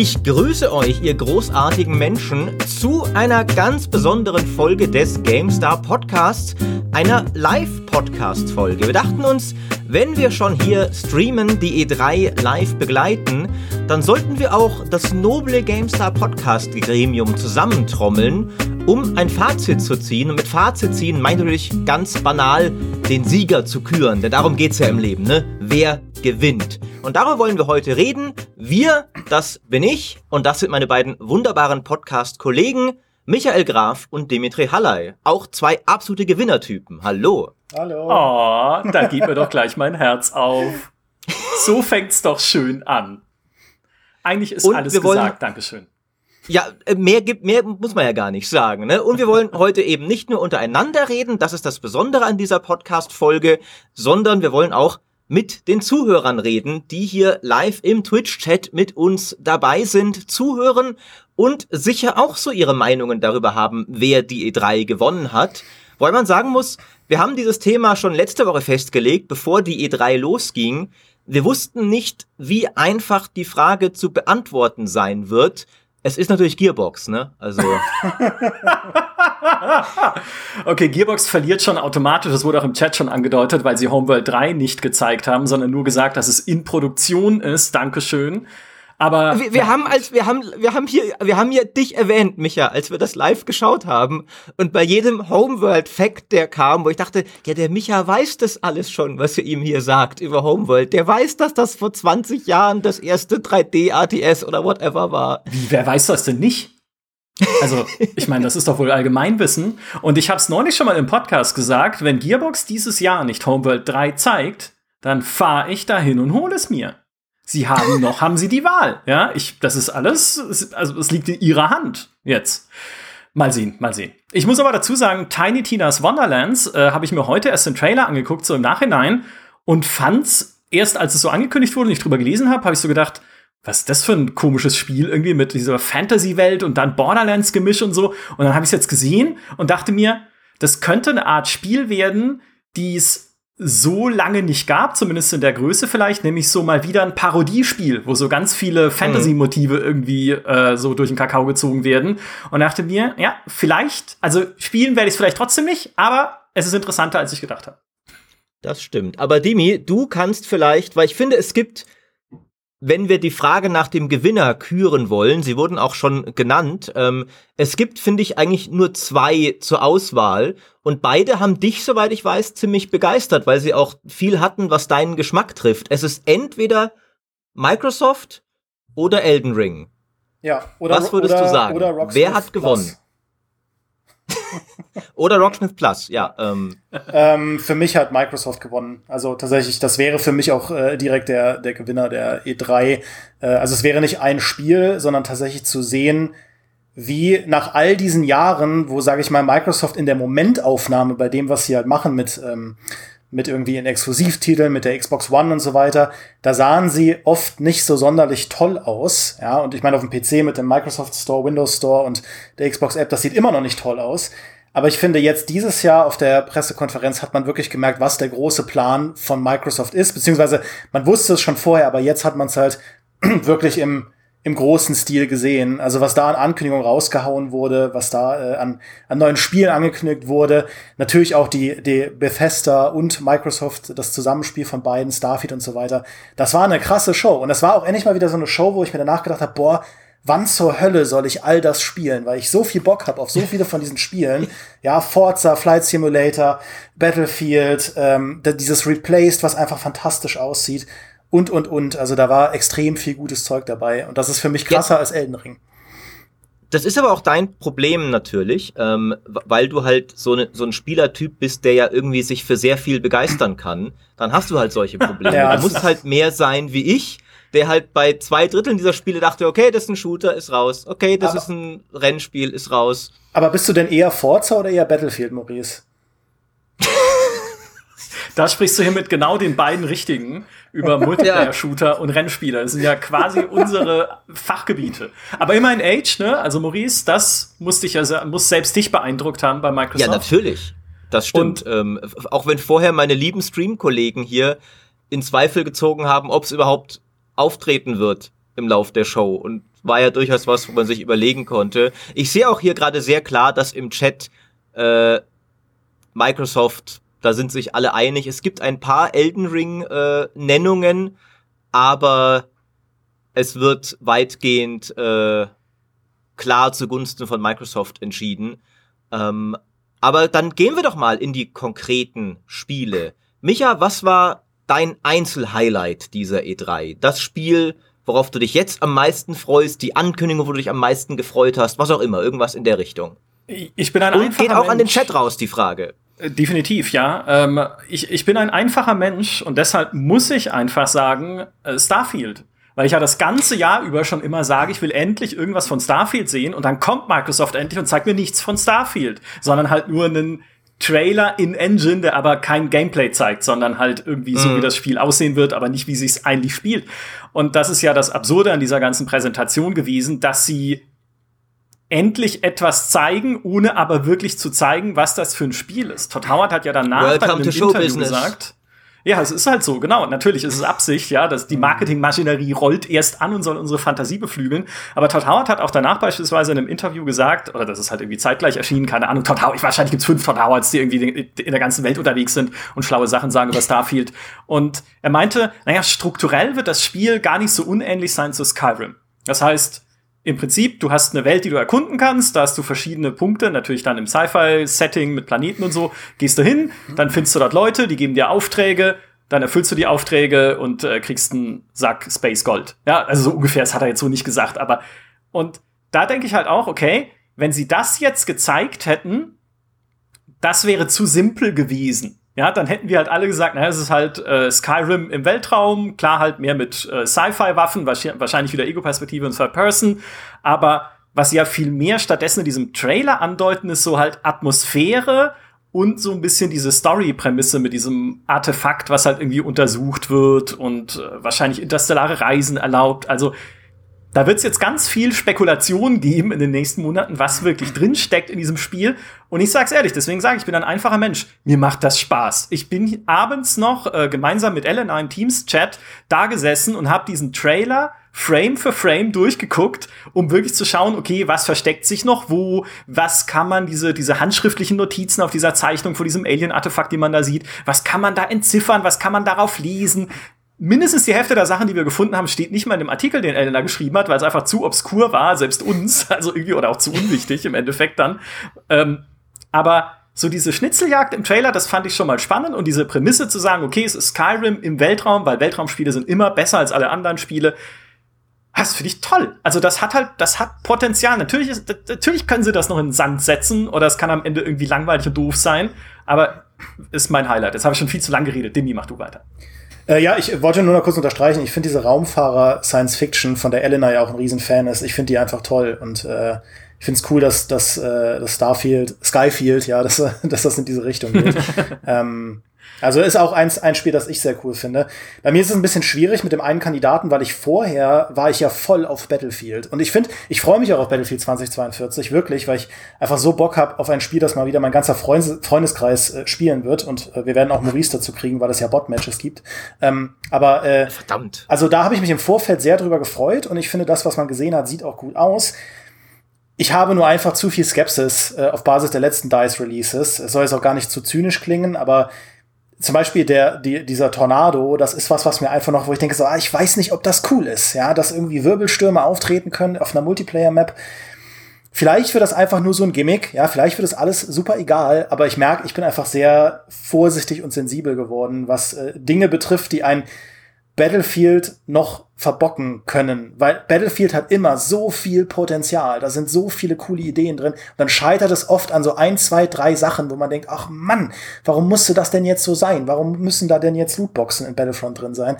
Ich grüße euch, ihr großartigen Menschen, zu einer ganz besonderen Folge des GameStar Podcasts, einer Live-Podcast-Folge. Wir dachten uns, wenn wir schon hier streamen, die E3 live begleiten, dann sollten wir auch das noble GameStar Podcast-Gremium zusammentrommeln, um ein Fazit zu ziehen. Und mit Fazit ziehen meine ich natürlich ganz banal, den Sieger zu küren. Denn darum geht's ja im Leben, ne? Wer gewinnt? Und darüber wollen wir heute reden. Wir, das bin ich und das sind meine beiden wunderbaren Podcast-Kollegen Michael Graf und Dimitri Hallay. Auch zwei absolute Gewinnertypen. Hallo. Hallo. Oh, da geht mir doch gleich mein Herz auf. So fängt's doch schön an. Eigentlich ist alles gesagt. Dankeschön. Ja, mehr muss man ja gar nicht sagen, ne? Und wir wollen heute eben nicht nur untereinander reden, das ist das Besondere an dieser Podcast-Folge, sondern wir wollen auch mit den Zuhörern reden, die hier live im Twitch-Chat mit uns dabei sind, zuhören und sicher auch so ihre Meinungen darüber haben, wer die E3 gewonnen hat. Weil man sagen muss, wir haben dieses Thema schon letzte Woche festgelegt, bevor die E3 losging. Wir wussten nicht, wie einfach die Frage zu beantworten sein wird. Es ist natürlich Gearbox, ne? Also. Okay, Gearbox verliert schon automatisch, das wurde auch im Chat schon angedeutet, weil sie Homeworld 3 nicht gezeigt haben, sondern nur gesagt, dass es in Produktion ist. Dankeschön. Aber wir haben hier dich erwähnt, Micha, als wir das live geschaut haben und bei jedem Homeworld-Fact, der kam, wo ich dachte, ja, der Micha weiß das alles schon, was ihr ihm hier sagt über Homeworld. Der weiß, dass das vor 20 Jahren das erste 3D-RTS oder whatever war. Wie, wer weiß das denn nicht? Also, ich meine, das ist doch wohl Allgemeinwissen. Und ich habe es neulich schon mal im Podcast gesagt, wenn Gearbox dieses Jahr nicht Homeworld 3 zeigt, dann fahre ich dahin und hole es mir. Sie haben sie die Wahl, ja? Das ist alles, also es liegt in ihrer Hand jetzt. Mal sehen. Ich muss aber dazu sagen, Tiny Tina's Wonderlands habe ich mir heute erst den Trailer angeguckt, so im Nachhinein, und fand's erst, als es so angekündigt wurde und ich drüber gelesen habe ich so gedacht, was ist das für ein komisches Spiel irgendwie mit dieser Fantasy-Welt und dann Borderlands-Gemisch und so. Und dann habe ich es jetzt gesehen und dachte mir, das könnte eine Art Spiel werden, die es so lange nicht gab, zumindest in der Größe vielleicht, nämlich so mal wieder ein Parodiespiel, wo so ganz viele Fantasy-Motive irgendwie so durch den Kakao gezogen werden. Und dachte mir, ja, vielleicht, also spielen werde ich es vielleicht trotzdem nicht, aber es ist interessanter, als ich gedacht habe. Das stimmt. Aber Dimi, du kannst vielleicht, weil ich finde, es gibt, wenn wir die Frage nach dem Gewinner küren wollen, sie wurden auch schon genannt, es gibt, finde ich, eigentlich nur zwei zur Auswahl und beide haben dich, soweit ich weiß, ziemlich begeistert, weil sie auch viel hatten, was deinen Geschmack trifft. Es ist entweder Microsoft oder Elden Ring. Ja, oder was würdest du sagen? Oder Rocksmith Wer hat gewonnen? Oder Rocksmith Plus, ja. Für mich hat Microsoft gewonnen. Also tatsächlich, das wäre für mich auch direkt der Gewinner der E3. Also es wäre nicht ein Spiel, sondern tatsächlich zu sehen, wie nach all diesen Jahren, wo, sage ich mal, Microsoft in der Momentaufnahme bei dem, was sie halt machen mit irgendwie in Exklusivtiteln, mit der Xbox One und so weiter, da sahen sie oft nicht so sonderlich toll aus. Ja, und ich meine, auf dem PC mit dem Microsoft Store, Windows Store und der Xbox App, das sieht immer noch nicht toll aus. Aber ich finde, jetzt dieses Jahr auf der Pressekonferenz hat man wirklich gemerkt, was der große Plan von Microsoft ist. Beziehungsweise man wusste es schon vorher, aber jetzt hat man es halt wirklich im großen Stil gesehen. Also was da an Ankündigungen rausgehauen wurde, was da an neuen Spielen angekündigt wurde. Natürlich auch die Bethesda und Microsoft, das Zusammenspiel von beiden, Starfield und so weiter. Das war eine krasse Show. Und das war auch endlich mal wieder so eine Show, wo ich mir danach gedacht habe, boah, wann zur Hölle soll ich all das spielen? Weil ich so viel Bock habe auf so viele von diesen Spielen. Ja, Forza, Flight Simulator, Battlefield, dieses Replaced, was einfach fantastisch aussieht. Und. Also da war extrem viel gutes Zeug dabei. Und das ist für mich krasser als Elden Ring. Das ist aber auch dein Problem natürlich, weil du halt so ein Spielertyp bist, der ja irgendwie sich für sehr viel begeistern kann. Dann hast du halt solche Probleme. Ja, du musst halt mehr sein wie ich, der halt bei 2/3 dieser Spiele dachte, okay, das ist ein Shooter, ist raus. Okay, das ist ein Rennspiel, ist raus. Aber bist du denn eher Forza oder eher Battlefield, Maurice? Da sprichst du hier mit genau den beiden Richtigen über Multiplayer-Shooter und Rennspieler. Das sind ja quasi unsere Fachgebiete. Aber immerhin Age, ne? Also Maurice, das muss selbst dich beeindruckt haben bei Microsoft. Ja, natürlich. Das stimmt. Auch wenn vorher meine lieben Stream-Kollegen hier in Zweifel gezogen haben, ob es überhaupt auftreten wird im Lauf der Show. Und war ja durchaus was, wo man sich überlegen konnte. Ich sehe auch hier gerade sehr klar, dass im Chat Microsoft, da sind sich alle einig. Es gibt ein paar Elden Ring-Nennungen, aber es wird weitgehend klar zugunsten von Microsoft entschieden. Aber dann gehen wir doch mal in die konkreten Spiele. Micha, was war dein Einzelhighlight dieser E3? Das Spiel, worauf du dich jetzt am meisten freust, die Ankündigung, wo du dich am meisten gefreut hast, was auch immer, irgendwas in der Richtung. Ich bin ein einfacher Mensch. Und geht auch an den Chat raus, die Frage. Definitiv, ja. Ich bin ein einfacher Mensch und deshalb muss ich einfach sagen, Starfield. Weil ich ja das ganze Jahr über schon immer sage, ich will endlich irgendwas von Starfield sehen und dann kommt Microsoft endlich und zeigt mir nichts von Starfield, sondern halt nur einen Trailer in Engine, der aber kein Gameplay zeigt, sondern halt irgendwie so, wie das Spiel aussehen wird, aber nicht, wie sich's eigentlich spielt. Und das ist ja das Absurde an dieser ganzen Präsentation gewesen, dass sie endlich etwas zeigen, ohne aber wirklich zu zeigen, was das für ein Spiel ist. Todd Howard hat ja danach dann in einem Interview gesagt, ja, es ist halt so, genau. Natürlich ist es Absicht, ja, dass die Marketingmaschinerie rollt erst an und soll unsere Fantasie beflügeln. Aber Todd Howard hat auch danach beispielsweise in einem Interview gesagt, oder das ist halt irgendwie zeitgleich erschienen, keine Ahnung, wahrscheinlich gibt's 5 Todd Howards, die irgendwie in der ganzen Welt unterwegs sind und schlaue Sachen sagen über Starfield. Und er meinte, naja, strukturell wird das Spiel gar nicht so unähnlich sein zu Skyrim. Das heißt, im Prinzip, du hast eine Welt, die du erkunden kannst, da hast du verschiedene Punkte, natürlich dann im Sci-Fi-Setting mit Planeten und so, gehst du hin, dann findest du dort Leute, die geben dir Aufträge, dann erfüllst du die Aufträge und kriegst einen Sack Space Gold. Ja, also so ungefähr, das hat er jetzt so nicht gesagt, aber und da denke ich halt auch, okay, wenn sie das jetzt gezeigt hätten, das wäre zu simpel gewesen. Ja, dann hätten wir halt alle gesagt, naja, es ist halt Skyrim im Weltraum, klar halt mehr mit Sci-Fi-Waffen, wahrscheinlich wieder Ego-Perspektive und Third Person, aber was sie ja viel mehr stattdessen in diesem Trailer andeuten, ist so halt Atmosphäre und so ein bisschen diese Story-Prämisse mit diesem Artefakt, was halt irgendwie untersucht wird und wahrscheinlich interstellare Reisen erlaubt. Also da wird es jetzt ganz viel Spekulation geben in den nächsten Monaten, was wirklich drin steckt in diesem Spiel. Und ich sag's ehrlich, deswegen sage ich bin ein einfacher Mensch. Mir macht das Spaß. Ich bin abends noch gemeinsam mit Elena im Teams-Chat da gesessen und habe diesen Trailer Frame für Frame durchgeguckt, um wirklich zu schauen, okay, was versteckt sich noch wo, was kann man diese handschriftlichen Notizen auf dieser Zeichnung von diesem Alien-Artefakt, die man da sieht, was kann man da entziffern, was kann man darauf lesen. Mindestens die Hälfte der Sachen, die wir gefunden haben, steht nicht mal in dem Artikel, den Elena geschrieben hat, weil es einfach zu obskur war, selbst uns, also irgendwie, oder auch zu unwichtig im Endeffekt dann. Aber so diese Schnitzeljagd im Trailer, das fand ich schon mal spannend und diese Prämisse zu sagen, okay, es ist Skyrim im Weltraum, weil Weltraumspiele sind immer besser als alle anderen Spiele. Das finde ich toll. Also das hat Potenzial. Natürlich können sie das noch in den Sand setzen oder es kann am Ende irgendwie langweilig und doof sein, aber ist mein Highlight. Jetzt habe ich schon viel zu lang geredet. Dimi, mach du weiter. Ja, ich wollte nur noch kurz unterstreichen, ich finde diese Raumfahrer-Science-Fiction, von der Elena ja auch ein Riesenfan ist, ich finde die einfach toll und ich finde es cool, dass Skyfield, ja, dass das in diese Richtung geht. Also ist auch ein Spiel, das ich sehr cool finde. Bei mir ist es ein bisschen schwierig mit dem einen Kandidaten, weil vorher war ich ja voll auf Battlefield. Und ich freue mich auch auf Battlefield 2042, wirklich, weil ich einfach so Bock habe auf ein Spiel, das mal wieder mein ganzer Freundeskreis spielen wird. Und wir werden auch Maurice dazu kriegen, weil es ja Bot-Matches gibt. Verdammt. Also da habe ich mich im Vorfeld sehr drüber gefreut. Und ich finde, das, was man gesehen hat, sieht auch gut aus. Ich habe nur einfach zu viel Skepsis auf Basis der letzten DICE-Releases. Es soll jetzt auch gar nicht zu zynisch klingen, aber zum Beispiel dieser Tornado, das ist was mir einfach noch, wo ich denke so, ich weiß nicht, ob das cool ist, ja, dass irgendwie Wirbelstürme auftreten können auf einer Multiplayer-Map. Vielleicht wird das einfach nur so ein Gimmick, ja, vielleicht wird das alles super egal, aber ich merke, ich bin einfach sehr vorsichtig und sensibel geworden, was Dinge betrifft, die ein Battlefield noch verbocken können, weil Battlefield hat immer so viel Potenzial, da sind so viele coole Ideen drin und dann scheitert es oft an so 1, 2, 3 Sachen, wo man denkt, ach Mann, warum musste das denn jetzt so sein? Warum müssen da denn jetzt Lootboxen in Battlefront drin sein?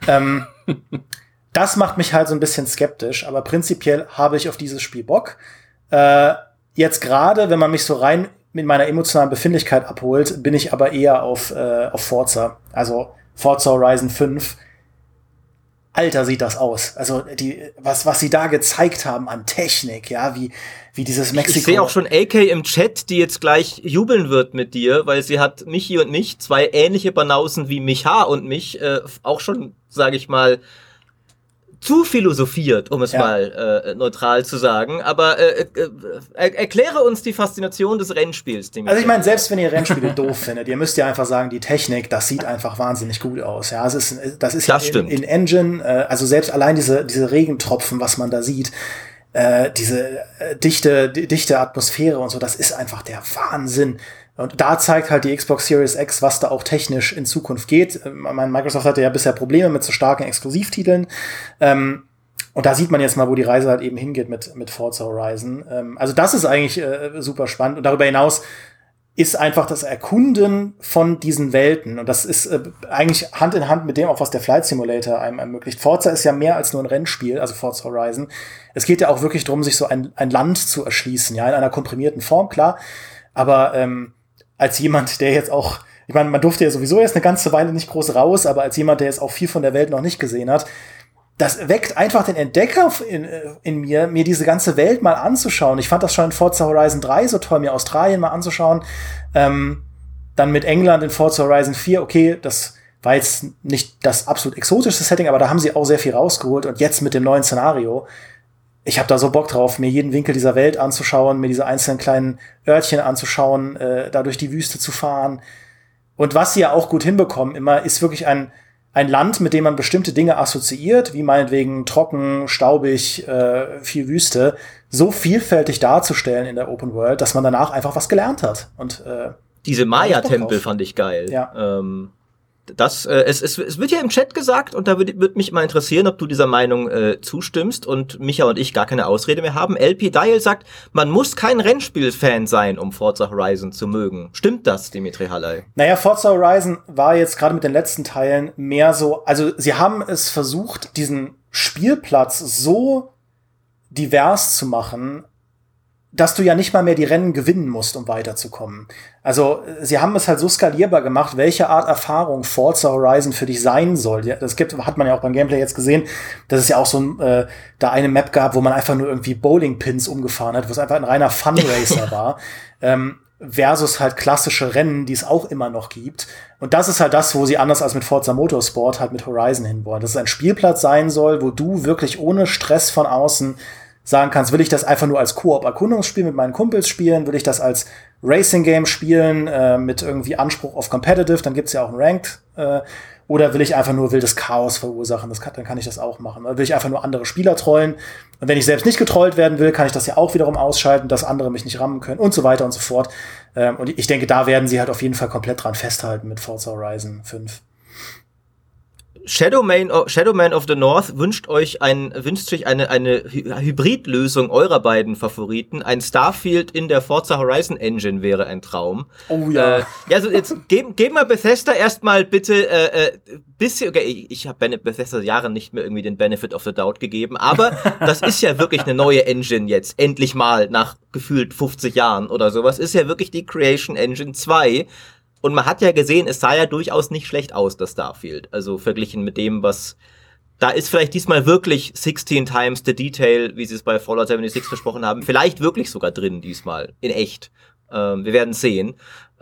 Das macht mich halt so ein bisschen skeptisch, aber prinzipiell habe ich auf dieses Spiel Bock. Jetzt gerade, wenn man mich so rein mit meiner emotionalen Befindlichkeit abholt, bin ich aber eher auf Forza, also Forza Horizon 5. Alter, sieht das aus. Also was sie da gezeigt haben an Technik, ja, wie dieses Mexiko. Ich sehe auch schon AK im Chat, die jetzt gleich jubeln wird mit dir, weil sie hat Michi und mich, 2 ähnliche Banausen wie Micha und mich, auch schon, sage ich mal, zu philosophiert, um es mal neutral zu sagen. Aber erkläre uns die Faszination des Rennspiels. Also ich meine, selbst wenn ihr Rennspiele doof findet, ihr müsst ja einfach sagen, die Technik, das sieht einfach wahnsinnig gut aus. Ja, das ist ja in Engine, also selbst allein diese Regentropfen, was man da sieht, diese dichte Atmosphäre und so, das ist einfach der Wahnsinn. Und da zeigt halt die Xbox Series X, was da auch technisch in Zukunft geht. Microsoft hatte ja bisher Probleme mit so starken Exklusivtiteln. Und da sieht man jetzt mal, wo die Reise halt eben hingeht mit Forza Horizon. Also das ist eigentlich super spannend. Und darüber hinaus ist einfach das Erkunden von diesen Welten. Und das ist eigentlich Hand in Hand mit dem, auch was der Flight Simulator einem ermöglicht. Forza ist ja mehr als nur ein Rennspiel, also Forza Horizon. Es geht ja auch wirklich darum, sich so ein Land zu erschließen, ja, in einer komprimierten Form, klar. Aber als jemand, der jetzt auch, ich meine, man durfte ja sowieso jetzt eine ganze Weile nicht groß raus, aber als jemand, der jetzt auch viel von der Welt noch nicht gesehen hat, das weckt einfach den Entdecker in mir diese ganze Welt mal anzuschauen. Ich fand das schon in Forza Horizon 3 so toll, mir Australien mal anzuschauen. Dann mit England in Forza Horizon 4, okay, das war jetzt nicht das absolut exotischste Setting, aber da haben sie auch sehr viel rausgeholt. Und jetzt mit dem neuen Szenario, ich habe da so Bock drauf, mir jeden Winkel dieser Welt anzuschauen, mir diese einzelnen kleinen Örtchen anzuschauen, da durch die Wüste zu fahren. Und was sie ja auch gut hinbekommen immer, ist wirklich ein Land, mit dem man bestimmte Dinge assoziiert, wie meinetwegen trocken, staubig, viel Wüste, so vielfältig darzustellen in der Open World, dass man danach einfach was gelernt hat. Und diese Maya-Tempel fand ich geil. Ja. Es wird ja im Chat gesagt, und da würde mich mal interessieren, ob du dieser Meinung zustimmst und Micha und ich gar keine Ausrede mehr haben. LP Dial sagt, man muss kein Rennspiel-Fan sein, um Forza Horizon zu mögen. Stimmt das, Dimitri Halley? Naja, Forza Horizon war jetzt gerade mit den letzten Teilen mehr so, also sie haben es versucht, diesen Spielplatz so divers zu machen, dass du ja nicht mal mehr die Rennen gewinnen musst, um weiterzukommen. Also sie haben es halt so skalierbar gemacht, welche Art Erfahrung Forza Horizon für dich sein soll. Das hat man ja auch beim Gameplay jetzt gesehen, dass es ja auch so da eine Map gab, wo man einfach nur irgendwie Bowling-Pins umgefahren hat, wo es einfach ein reiner Funracer war, versus halt klassische Rennen, die es auch immer noch gibt. Und das ist halt das, wo sie anders als mit Forza Motorsport halt mit Horizon hinwollen. Dass es ein Spielplatz sein soll, wo du wirklich ohne Stress von außen sagen kannst, will ich das einfach nur als Koop-Erkundungsspiel mit meinen Kumpels spielen, will ich das als Racing-Game spielen, mit irgendwie Anspruch auf Competitive, dann gibt's ja auch ein Ranked, oder will ich einfach nur wildes Chaos verursachen, dann kann ich das auch machen. Oder will ich einfach nur andere Spieler trollen, und wenn ich selbst nicht getrollt werden will, kann ich das ja auch wiederum ausschalten, dass andere mich nicht rammen können und so weiter und so fort. Und ich denke, da werden sie halt auf jeden Fall komplett dran festhalten mit Forza Horizon 5. Shadowman of the North wünscht sich eine Hybridlösung eurer beiden Favoriten. Ein Starfield in der Forza Horizon Engine wäre ein Traum. Oh ja. Also jetzt geben wir Bethesda erstmal bitte bisschen, okay, ich habe Bethesda Jahre nicht mehr irgendwie den Benefit of the Doubt gegeben, aber das ist ja wirklich eine neue Engine jetzt, endlich mal nach gefühlt 50 Jahren oder sowas, ist ja wirklich die Creation Engine 2. Und man hat ja gesehen, es sah ja durchaus nicht schlecht aus, das Starfield. Also verglichen mit dem, was da ist, vielleicht diesmal wirklich 16 times the detail, wie sie es bei Fallout 76 versprochen haben. Vielleicht wirklich sogar drin diesmal, in echt. Wir werden sehen.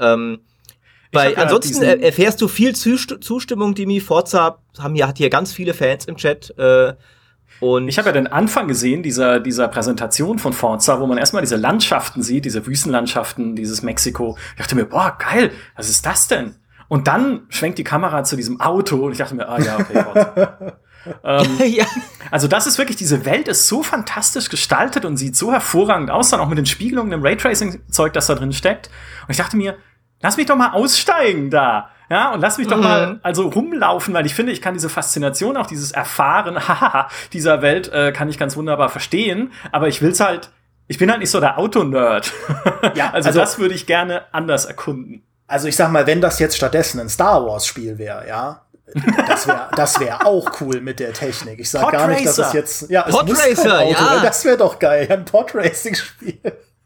Ansonsten erfährst du viel Zustimmung, Dimi. Forza hat hier ganz viele Fans im Chat. Und ich habe ja den Anfang gesehen, dieser Präsentation von Forza, wo man erstmal diese Landschaften sieht, diese Wüstenlandschaften, dieses Mexiko. Ich dachte mir, boah, geil, was ist das denn? Und dann schwenkt die Kamera zu diesem Auto und ich dachte mir, ja, okay, Forza. Ja. Also das ist wirklich, diese Welt ist so fantastisch gestaltet und sieht so hervorragend aus, dann auch mit den Spiegelungen, dem Raytracing-Zeug, das da drin steckt. Und ich dachte mir, lass mich doch mal aussteigen da. Ja, und lass mich doch mal also rumlaufen, weil ich finde, ich kann diese Faszination, auch dieses Erfahren dieser Welt, kann ich ganz wunderbar verstehen. Aber ich bin halt nicht so der Autonerd. Ja, also das würde ich gerne anders erkunden. Also ich sag mal, wenn das jetzt stattdessen ein Star Wars Spiel wäre, ja, das wäre auch cool mit der Technik. Ich sag gar nicht, dass es jetzt, ja, es muss kein Auto, ja. Das wäre doch geil, ein Podracing-Spiel.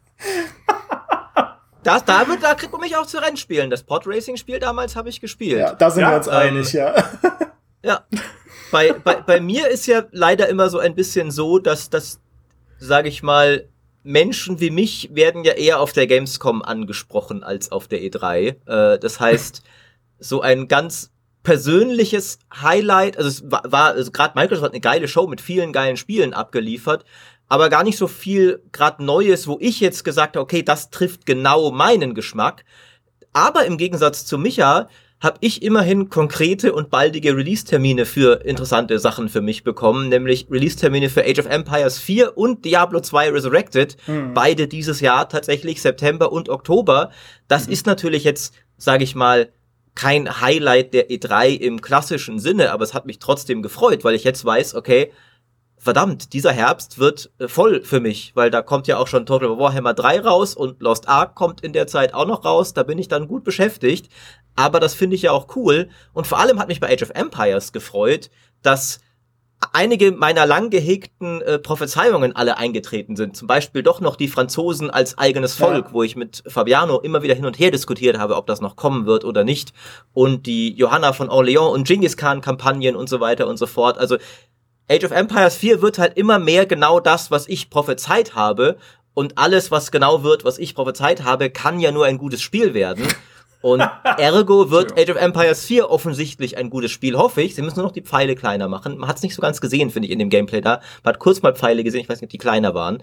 Da kriegt man mich auch zu Rennspielen. Das Podracing-Spiel damals habe ich gespielt. Ja, da sind wir uns einig, ja. Ja. Bei mir ist ja leider immer so ein bisschen so, dass das, sage ich mal, Menschen wie mich werden ja eher auf der Gamescom angesprochen als auf der E3. Das heißt, so ein ganz persönliches Highlight, also es war also gerade Microsoft hat eine geile Show mit vielen geilen Spielen abgeliefert, aber gar nicht so viel gerade Neues, wo ich jetzt gesagt habe, okay, das trifft genau meinen Geschmack. Aber im Gegensatz zu Micha habe ich immerhin konkrete und baldige Release-Termine für interessante Sachen für mich bekommen, nämlich Release-Termine für Age of Empires 4 und Diablo 2 Resurrected, beide dieses Jahr tatsächlich, September und Oktober. Das ist natürlich jetzt, sage ich mal, kein Highlight der E3 im klassischen Sinne, aber es hat mich trotzdem gefreut, weil ich jetzt weiß, okay, verdammt, dieser Herbst wird voll für mich, weil da kommt ja auch schon Total War Warhammer 3 raus und Lost Ark kommt in der Zeit auch noch raus, da bin ich dann gut beschäftigt, aber das finde ich ja auch cool und vor allem hat mich bei Age of Empires gefreut, dass einige meiner lang gehegten Prophezeiungen alle eingetreten sind. Zum Beispiel doch noch die Franzosen als eigenes Volk, wo ich mit Fabiano immer wieder hin und her diskutiert habe, ob das noch kommen wird oder nicht. Und die Johanna von Orléans und Genghis Khan-Kampagnen und so weiter und so fort. Also Age of Empires 4 wird halt immer mehr genau das, was ich prophezeit habe. Und alles, was genau wird, was ich prophezeit habe, kann ja nur ein gutes Spiel werden. Und ergo wird Age of Empires 4 offensichtlich ein gutes Spiel, hoffe ich. Sie müssen nur noch die Pfeile kleiner machen. Man hat es nicht so ganz gesehen, finde ich, in dem Gameplay da. Man hat kurz mal Pfeile gesehen, ich weiß nicht, ob die kleiner waren.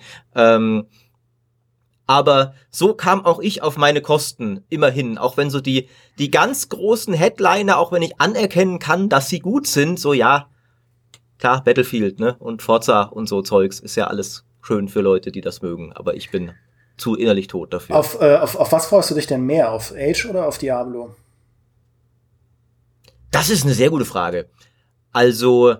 Aber so kam auch ich auf meine Kosten immerhin. Auch wenn so die ganz großen Headliner, auch wenn ich anerkennen kann, dass sie gut sind, so ja, klar, Battlefield, ne? Und Forza und so Zeugs ist ja alles schön für Leute, die das mögen. Aber ich bin zu innerlich tot dafür. Auf was freust du dich denn mehr? Auf Age oder auf Diablo? Das ist eine sehr gute Frage. Also,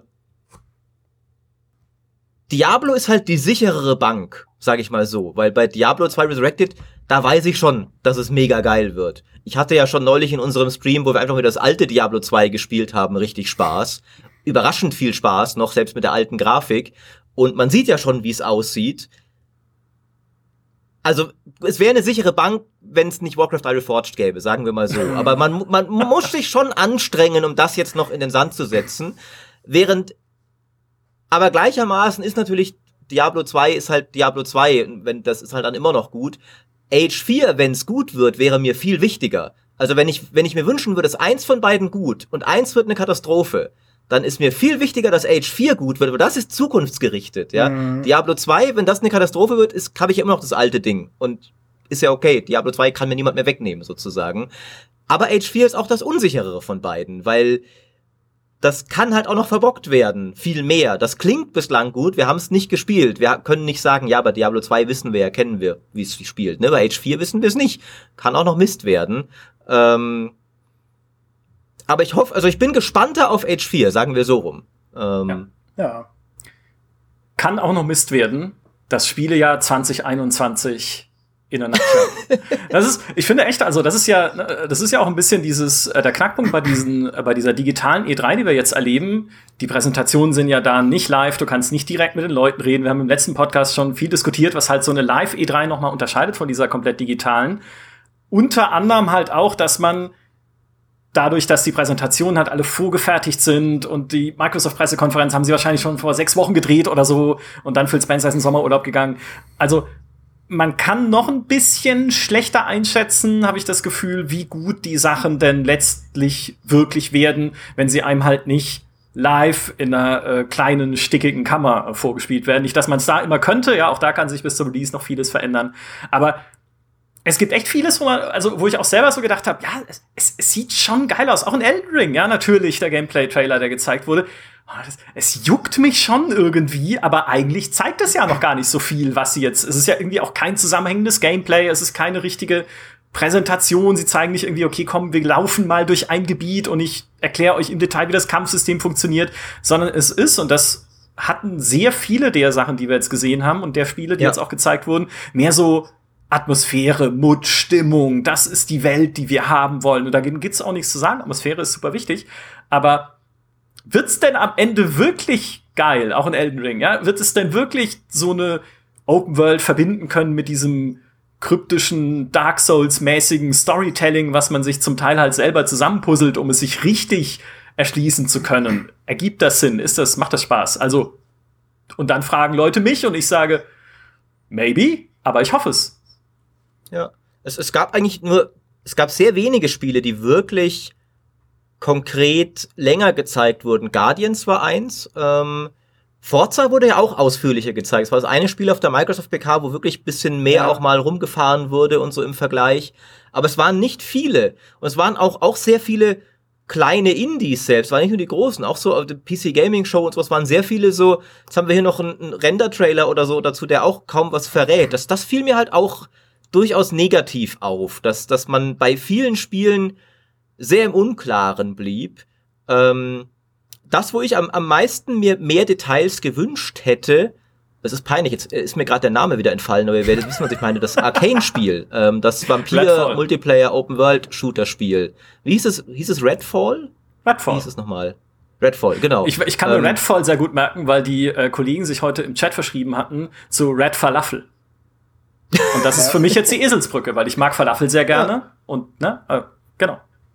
Diablo ist halt die sicherere Bank, sage ich mal so. Weil bei Diablo 2 Resurrected, da weiß ich schon, dass es mega geil wird. Ich hatte ja schon neulich in unserem Stream, wo wir einfach wieder das alte Diablo 2 gespielt haben, richtig Spaß. Überraschend viel Spaß, noch selbst mit der alten Grafik. Und man sieht ja schon, wie es aussieht. Also, es wäre eine sichere Bank, wenn es nicht Warcraft 3 Reforged gäbe, sagen wir mal so. Aber man muss sich schon anstrengen, um das jetzt noch in den Sand zu setzen. Aber gleichermaßen ist natürlich Diablo 2 ist halt Diablo 2, das ist halt dann immer noch gut. Age 4, wenn es gut wird, wäre mir viel wichtiger. Also wenn ich mir wünschen würde, ist eins von beiden gut und eins wird eine Katastrophe, dann ist mir viel wichtiger, dass Age 4 gut wird, weil das ist zukunftsgerichtet, ja. Diablo 2, wenn das eine Katastrophe wird, habe ich ja immer noch das alte Ding. Und ist ja okay, Diablo 2 kann mir niemand mehr wegnehmen, sozusagen. Aber Age 4 ist auch das unsicherere von beiden, weil das kann halt auch noch verbockt werden, viel mehr. Das klingt bislang gut, wir haben es nicht gespielt. Wir können nicht sagen, ja, bei Diablo 2 wissen wir ja, kennen wir, wie es spielt. Ne? Bei Age 4 wissen wir es nicht. Kann auch noch Mist werden. Aber ich hoffe, also ich bin gespannter auf Age 4, sagen wir so rum. Ja. Kann auch noch Mist werden. Das Spielejahr 2021 in der Nutshell. Ich finde echt, also das ist ja auch ein bisschen der Knackpunkt bei dieser digitalen E3, die wir jetzt erleben. Die Präsentationen sind ja da nicht live, du kannst nicht direkt mit den Leuten reden. Wir haben im letzten Podcast schon viel diskutiert, was halt so eine Live-E3 nochmal unterscheidet von dieser komplett digitalen. Unter anderem halt auch, dass man dadurch, dass die Präsentationen halt alle vorgefertigt sind und die Microsoft-Pressekonferenz haben sie wahrscheinlich schon vor 6 Wochen gedreht oder so und dann Phil Spencer ist in den Sommerurlaub gegangen. Also man kann noch ein bisschen schlechter einschätzen, habe ich das Gefühl, wie gut die Sachen denn letztlich wirklich werden, wenn sie einem halt nicht live in einer kleinen, stickigen Kammer vorgespielt werden. Nicht, dass man es da immer könnte, ja, auch da kann sich bis zum Release noch vieles verändern. Aber es gibt echt vieles, wo ich auch selber so gedacht habe, ja, es sieht schon geil aus. Auch in Elden Ring, ja, natürlich, der Gameplay-Trailer, der gezeigt wurde. Es juckt mich schon irgendwie, aber eigentlich zeigt es ja noch gar nicht so viel, es ist ja irgendwie auch kein zusammenhängendes Gameplay, es ist keine richtige Präsentation, sie zeigen nicht irgendwie, okay, komm, wir laufen mal durch ein Gebiet und ich erkläre euch im Detail, wie das Kampfsystem funktioniert, sondern es ist, und das hatten sehr viele der Sachen, die wir jetzt gesehen haben und der Spiele, die jetzt auch gezeigt wurden, mehr so Atmosphäre, Mut, Stimmung, das ist die Welt, die wir haben wollen. Und da gibt's auch nichts zu sagen, Atmosphäre ist super wichtig, aber wird's denn am Ende wirklich geil, auch in Elden Ring, ja? Wird es denn wirklich so eine Open World verbinden können mit diesem kryptischen, Dark Souls-mäßigen Storytelling, was man sich zum Teil halt selber zusammenpuzzelt, um es sich richtig erschließen zu können? Ergibt das Sinn? Macht das Spaß? Also, und dann fragen Leute mich und ich sage, maybe, aber ich hoffe es. Ja, es gab sehr wenige Spiele, die wirklich konkret länger gezeigt wurden. Guardians war eins, Forza wurde ja auch ausführlicher gezeigt. Es war das eine Spiel auf der Microsoft PK, wo wirklich ein bisschen mehr auch mal rumgefahren wurde und so im Vergleich. Aber es waren nicht viele. Und es waren auch sehr viele kleine Indies selbst, waren nicht nur die großen, auch so auf der PC Gaming Show und sowas waren sehr viele so, jetzt haben wir hier noch einen Render-Trailer oder so dazu, der auch kaum was verrät. Das fiel mir halt auch durchaus negativ auf, dass man bei vielen Spielen sehr im Unklaren blieb. Das, wo ich am meisten mir mehr Details gewünscht hätte, das ist peinlich, jetzt ist mir gerade der Name wieder entfallen, aber ihr werdet wissen, was ich meine, das Arcane-Spiel, das Vampir-Multiplayer-Open-World-Shooter-Spiel. Wie hieß es? Hieß es Redfall? Redfall. Wie hieß es nochmal? Redfall, genau. Ich kann mir Redfall sehr gut merken, weil die Kollegen sich heute im Chat verschrieben hatten zu Red Falafel. Und das ist für mich jetzt die Eselsbrücke, weil ich mag Falafel sehr gerne. Ja. Und, genau.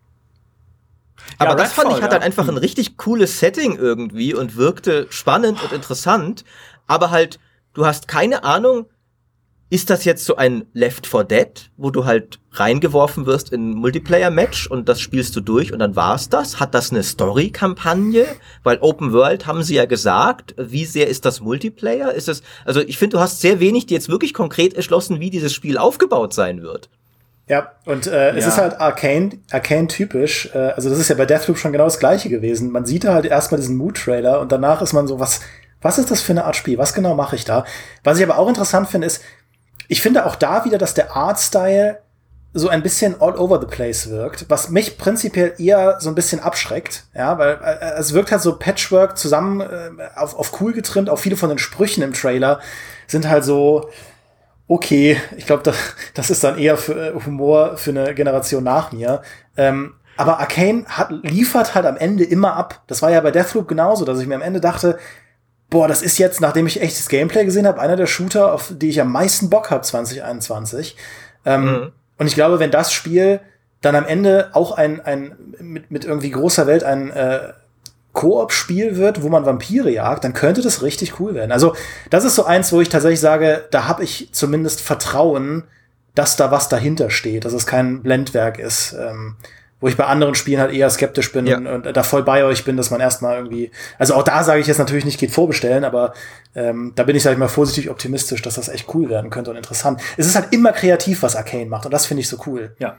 Aber das Redfall, fand ich, hat halt einfach ein richtig cooles Setting irgendwie und wirkte spannend und interessant. Aber halt, du hast keine Ahnung, ist das jetzt so ein Left 4 Dead, wo du halt reingeworfen wirst in ein Multiplayer-Match und das spielst du durch und dann war's das? Hat das eine Story-Kampagne? Weil Open World haben sie ja gesagt, wie sehr ist das Multiplayer? Ist es, also ich finde, du hast sehr wenig dir jetzt wirklich konkret erschlossen, wie dieses Spiel aufgebaut sein wird. Ja, und es ist halt Arcane-typisch. Also das ist ja bei Deathloop schon genau das Gleiche gewesen. Man sieht da halt erstmal diesen Mood-Trailer und danach ist man so, was ist das für eine Art Spiel? Was genau mache ich da? Was ich aber auch interessant finde, ist, ich finde auch da wieder, dass der Artstyle so ein bisschen all over the place wirkt, was mich prinzipiell eher so ein bisschen abschreckt, ja, weil es wirkt halt so Patchwork zusammen auf cool getrimmt, auch viele von den Sprüchen im Trailer sind halt so, okay, ich glaube, das ist dann eher für Humor für eine Generation nach mir. Aber Arcane liefert halt am Ende immer ab. Das war ja bei Deathloop genauso, dass ich mir am Ende dachte, boah, das ist jetzt, nachdem ich echtes Gameplay gesehen habe, einer der Shooter, auf die ich am meisten Bock habe 2021. Und ich glaube, wenn das Spiel dann am Ende auch mit irgendwie großer Welt ein Koop-Spiel wird, wo man Vampire jagt, dann könnte das richtig cool werden. Also das ist so eins, wo ich tatsächlich sage, da habe ich zumindest Vertrauen, dass da was dahinter steht, dass es kein Blendwerk ist, wo ich bei anderen Spielen halt eher skeptisch bin und da voll bei euch bin, dass man erstmal irgendwie, also auch da sage ich jetzt natürlich nicht, geht vorbestellen, aber da bin ich, sag ich mal, vorsichtig optimistisch, dass das echt cool werden könnte und interessant. Es ist halt immer kreativ, was Arcane macht und das finde ich so cool. Ja,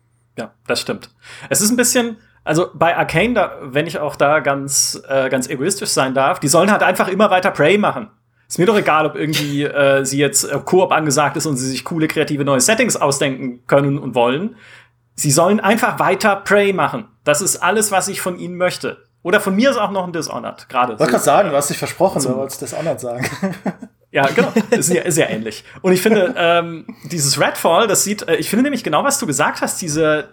das stimmt. Es ist ein bisschen, also bei Arcane, wenn ich auch da ganz egoistisch sein darf, die sollen halt einfach immer weiter Prey machen. Ist mir doch egal, ob irgendwie sie jetzt Koop angesagt ist und sie sich coole, kreative neue Settings ausdenken können und wollen. Sie sollen einfach weiter Prey machen. Das ist alles, was ich von ihnen möchte. Oder von mir ist auch noch ein Dishonored. Gerade. Ich wollte gerade sagen, du hast dich versprochen, du wolltest Dishonored sagen. Ja, genau. Ist ja ähnlich. Und ich finde, dieses Redfall, das sieht, ich finde nämlich genau, was du gesagt hast, dieser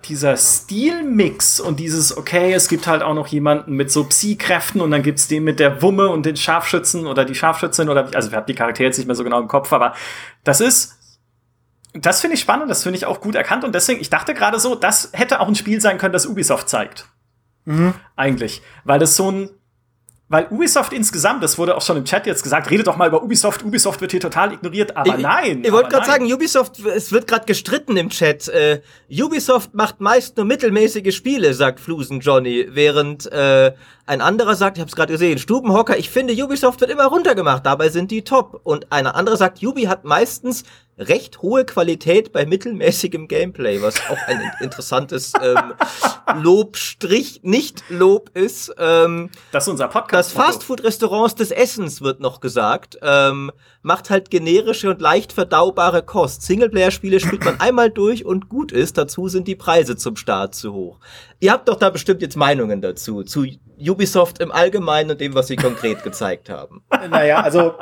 Stilmix und dieses, okay, es gibt halt auch noch jemanden mit so Psi-Kräften und dann gibt's den mit der Wumme und den Scharfschützen oder die Scharfschützin oder, also ich habe die Charaktere jetzt nicht mehr so genau im Kopf, aber das finde ich spannend, das finde ich auch gut erkannt und deswegen, ich dachte gerade so, das hätte auch ein Spiel sein können, das Ubisoft zeigt. Eigentlich. Weil Ubisoft insgesamt, das wurde auch schon im Chat jetzt gesagt, redet doch mal über Ubisoft wird hier total ignoriert, aber nein. Ich wollte gerade sagen, Ubisoft, es wird gerade gestritten im Chat. Ubisoft macht meist nur mittelmäßige Spiele, sagt Flusen Johnny, während ein anderer sagt, ich hab's gerade gesehen, Stubenhocker, ich finde, Ubisoft wird immer runtergemacht, dabei sind die top. Und einer andere sagt, Ubi hat meistens recht hohe Qualität bei mittelmäßigem Gameplay, was auch ein interessantes Lobstrich, nicht Lob ist. Das ist unser Podcast. Das Fastfood-Restaurants des Essens wird noch gesagt, macht halt generische und leicht verdaubare Kost. Singleplayer-Spiele spielt man einmal durch und gut ist, dazu sind die Preise zum Start zu hoch. Ihr habt doch da bestimmt jetzt Meinungen dazu, zu Ubisoft im Allgemeinen und dem, was sie konkret gezeigt haben. Naja, also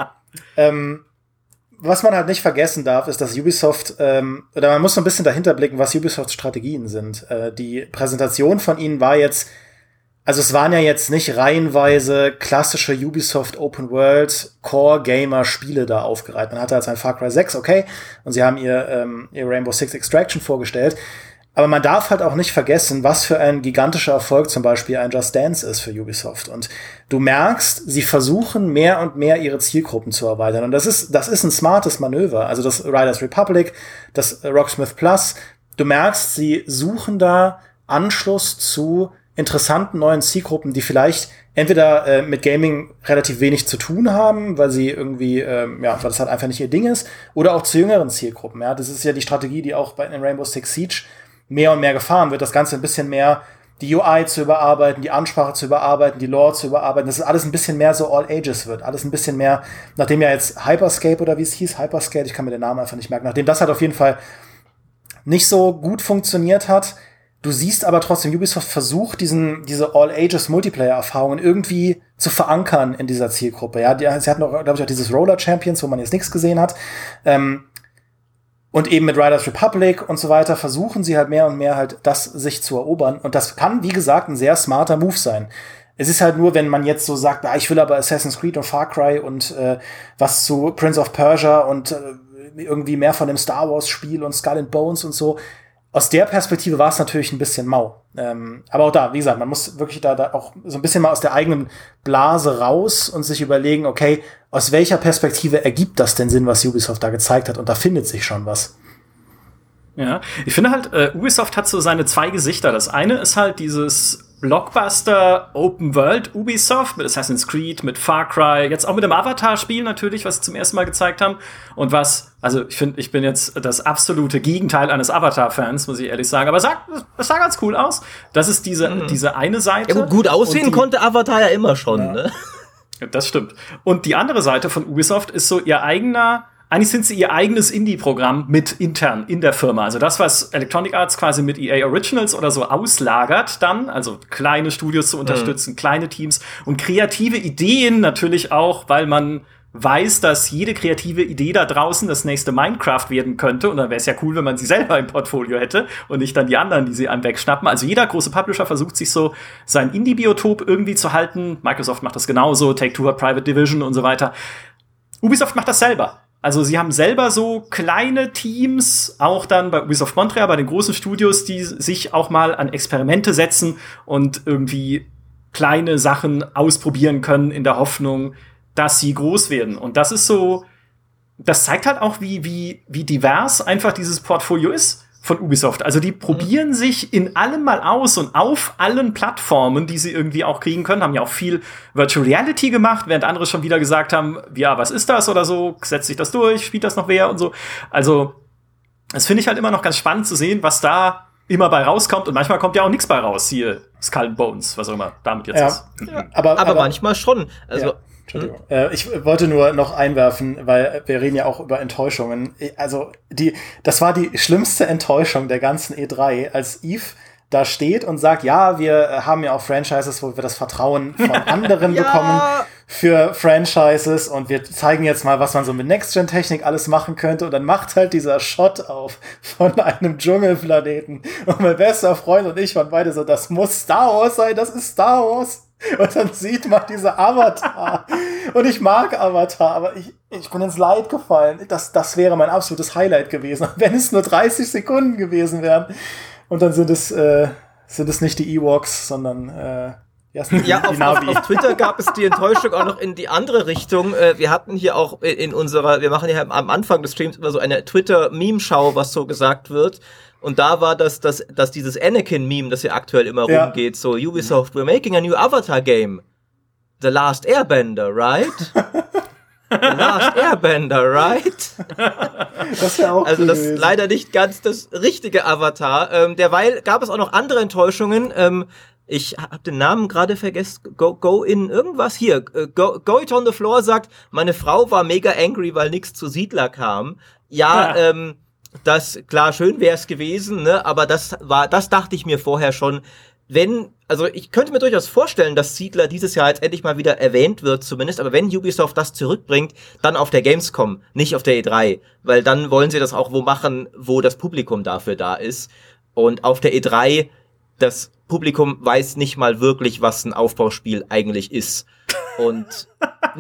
was man halt nicht vergessen darf, ist, dass Ubisoft, oder man muss so ein bisschen dahinter blicken, was Ubisofts Strategien sind. Die Präsentation von ihnen war jetzt, also es waren ja jetzt nicht reihenweise klassische Ubisoft Open World Core Gamer Spiele da aufgereiht. Man hatte jetzt ein Far Cry 6, okay, und sie haben ihr Rainbow Six Extraction vorgestellt. Aber man darf halt auch nicht vergessen, was für ein gigantischer Erfolg zum Beispiel ein Just Dance ist für Ubisoft. Und du merkst, sie versuchen mehr und mehr ihre Zielgruppen zu erweitern. Und das ist ein smartes Manöver. Also das Riders Republic, das Rocksmith Plus. Du merkst, sie suchen da Anschluss zu interessanten neuen Zielgruppen, die vielleicht entweder mit Gaming relativ wenig zu tun haben, weil sie irgendwie, weil das halt einfach nicht ihr Ding ist, oder auch zu jüngeren Zielgruppen. Ja, das ist ja die Strategie, die auch in Rainbow Six Siege mehr und mehr gefahren wird, das Ganze ein bisschen mehr die UI zu überarbeiten, die Ansprache zu überarbeiten, die Lore zu überarbeiten, dass es alles ein bisschen mehr so All Ages wird. Alles ein bisschen mehr, nachdem ja jetzt Hyperscape oder wie es hieß, Hyperscape, ich kann mir den Namen einfach nicht merken, nachdem das halt auf jeden Fall nicht so gut funktioniert hat. Du siehst aber trotzdem, Ubisoft versucht, diese All-Ages-Multiplayer-Erfahrungen irgendwie zu verankern in dieser Zielgruppe. Ja, sie hatten auch, glaube ich, auch dieses Roller Champions, wo man jetzt nichts gesehen hat. Und eben mit Riders Republic und so weiter versuchen sie halt mehr und mehr halt das sich zu erobern. Und das kann, wie gesagt, ein sehr smarter Move sein. Es ist halt nur, wenn man jetzt so sagt, ich will aber Assassin's Creed und Far Cry und was zu Prince of Persia und irgendwie mehr von dem Star Wars Spiel und Skull and Bones und so. Aus der Perspektive war es natürlich ein bisschen mau. Aber auch da, wie gesagt, man muss wirklich da auch so ein bisschen mal aus der eigenen Blase raus und sich überlegen, okay, aus welcher Perspektive ergibt das denn Sinn, was Ubisoft da gezeigt hat? Und da findet sich schon was. Ja, ich finde halt, Ubisoft hat so seine zwei Gesichter. Das eine ist halt dieses Blockbuster Open World Ubisoft mit Assassin's Creed, mit Far Cry, jetzt auch mit dem Avatar-Spiel natürlich, was sie zum ersten Mal gezeigt haben. Und also ich finde, ich bin jetzt das absolute Gegenteil eines Avatar-Fans, muss ich ehrlich sagen. Aber das sah ganz cool aus. Das ist diese eine Seite. Ja, gut aussehen konnte Avatar ja immer schon, ne? Das stimmt. Und die andere Seite von Ubisoft ist so eigentlich sind sie ihr eigenes Indie-Programm mit intern in der Firma. Also das, was Electronic Arts quasi mit EA Originals oder so auslagert dann, also kleine Studios zu unterstützen, kleine Teams und kreative Ideen natürlich auch, weil man weiß, dass jede kreative Idee da draußen das nächste Minecraft werden könnte. Und dann wäre es ja cool, wenn man sie selber im Portfolio hätte und nicht dann die anderen, die sie einem wegschnappen. Also jeder große Publisher versucht sich so sein Indie-Biotop irgendwie zu halten. Microsoft macht das genauso, Take-Two hat Private Division und so weiter. Ubisoft macht das selber. Also sie haben selber so kleine Teams, auch dann bei Ubisoft Montreal, bei den großen Studios, die sich auch mal an Experimente setzen und irgendwie kleine Sachen ausprobieren können in der Hoffnung, dass sie groß werden. Und das ist so, das zeigt halt auch, wie divers einfach dieses Portfolio ist von Ubisoft. Also die probieren sich in allem mal aus und auf allen Plattformen, die sie irgendwie auch kriegen können, haben ja auch viel Virtual Reality gemacht, während andere schon wieder gesagt haben, ja, was ist das oder so, setzt sich das durch, spielt das noch wer und so. Also das finde ich halt immer noch ganz spannend zu sehen, was da immer bei rauskommt und manchmal kommt ja auch nichts bei raus, hier Skull and Bones, was auch immer damit jetzt ist. Ja, aber manchmal schon. Also Entschuldigung. Ich wollte nur noch einwerfen, weil wir reden ja auch über Enttäuschungen. Also das war die schlimmste Enttäuschung der ganzen E3, als Eve da steht und sagt, ja, wir haben ja auch Franchises, wo wir das Vertrauen von anderen bekommen für Franchises und wir zeigen jetzt mal, was man so mit Next-Gen-Technik alles machen könnte und dann macht halt dieser Shot auf von einem Dschungelplaneten und mein bester Freund und ich waren beide so, das muss Star Wars sein, das ist Star Wars. Und dann sieht man diese Avatar. Und ich mag Avatar, aber ich bin ins Leid gefallen. Das wäre mein absolutes Highlight gewesen, wenn es nur 30 Sekunden gewesen wären. Und dann sind es nicht die Ewoks, sondern auf Twitter gab es die Enttäuschung auch noch in die andere Richtung. Wir hatten hier auch wir machen ja am Anfang des Streams immer so eine Twitter-Meme-Schau, was so gesagt wird. Und da war dass dieses Anakin-Meme, das ja aktuell immer rumgeht, so Ubisoft, we're making a new Avatar-Game. The Last Airbender, right? The Last Airbender, right? Das wäre auch also das gewesen. Ist leider nicht ganz das richtige Avatar. Derweil gab es auch noch andere Enttäuschungen. Ich habe den Namen gerade vergessen. Go in irgendwas hier. Go It on the Floor sagt, meine Frau war mega angry, weil nichts zu Siedler kam. Das, klar, schön wäre es gewesen, ne? Aber das dachte ich mir vorher schon. Also ich könnte mir durchaus vorstellen, dass Siedler dieses Jahr jetzt endlich mal wieder erwähnt wird zumindest, aber wenn Ubisoft das zurückbringt, dann auf der Gamescom, nicht auf der E3, weil dann wollen sie das auch wo machen, wo das Publikum dafür da ist. Und auf der E3, das Publikum weiß nicht mal wirklich, was ein Aufbauspiel eigentlich ist. Und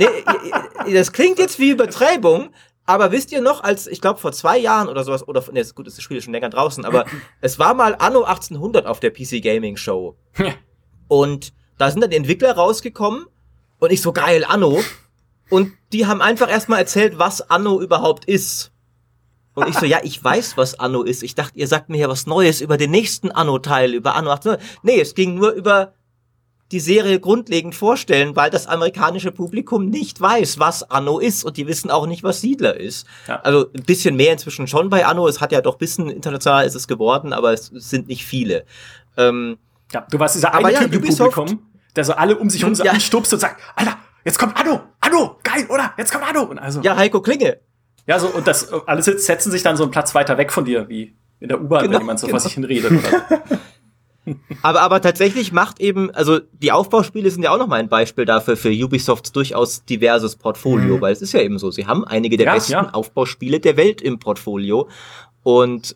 das klingt jetzt wie Übertreibung, aber wisst ihr noch, als, ich glaube, vor 2 Jahren oder sowas, gut, das Spiel ist schon länger draußen, aber es war mal Anno 1800 auf der PC Gaming Show. Und da sind dann die Entwickler rausgekommen und ich so, geil, Anno. Und die haben einfach erstmal erzählt, was Anno überhaupt ist. Und ich so, ja, ich weiß, was Anno ist. Ich dachte, ihr sagt mir ja was Neues über den nächsten Anno-Teil, über Anno 18. Nee, es ging nur über die Serie grundlegend vorstellen, weil das amerikanische Publikum nicht weiß, was Anno ist, und die wissen auch nicht, was Siedler ist. Ja. Also ein bisschen mehr inzwischen schon bei Anno. Es hat ja doch ein bisschen international ist es geworden, aber es sind nicht viele. Ja, du warst dieser eine Typ im Publikum, der so alle um sich herum so anstupst und sagt, Alter, jetzt kommt Anno, geil, oder? Jetzt kommt Anno. Und also, ja, Heiko Klinge. Ja, so, und das alle setzen sich dann so einen Platz weiter weg von dir, wie in der U-Bahn, wenn jemand so vor sich hin redet. Oder? Aber tatsächlich macht eben, also die Aufbauspiele sind ja auch nochmal ein Beispiel dafür für Ubisofts durchaus diverses Portfolio, weil es ist ja eben so, sie haben einige der besten Aufbauspiele der Welt im Portfolio. Und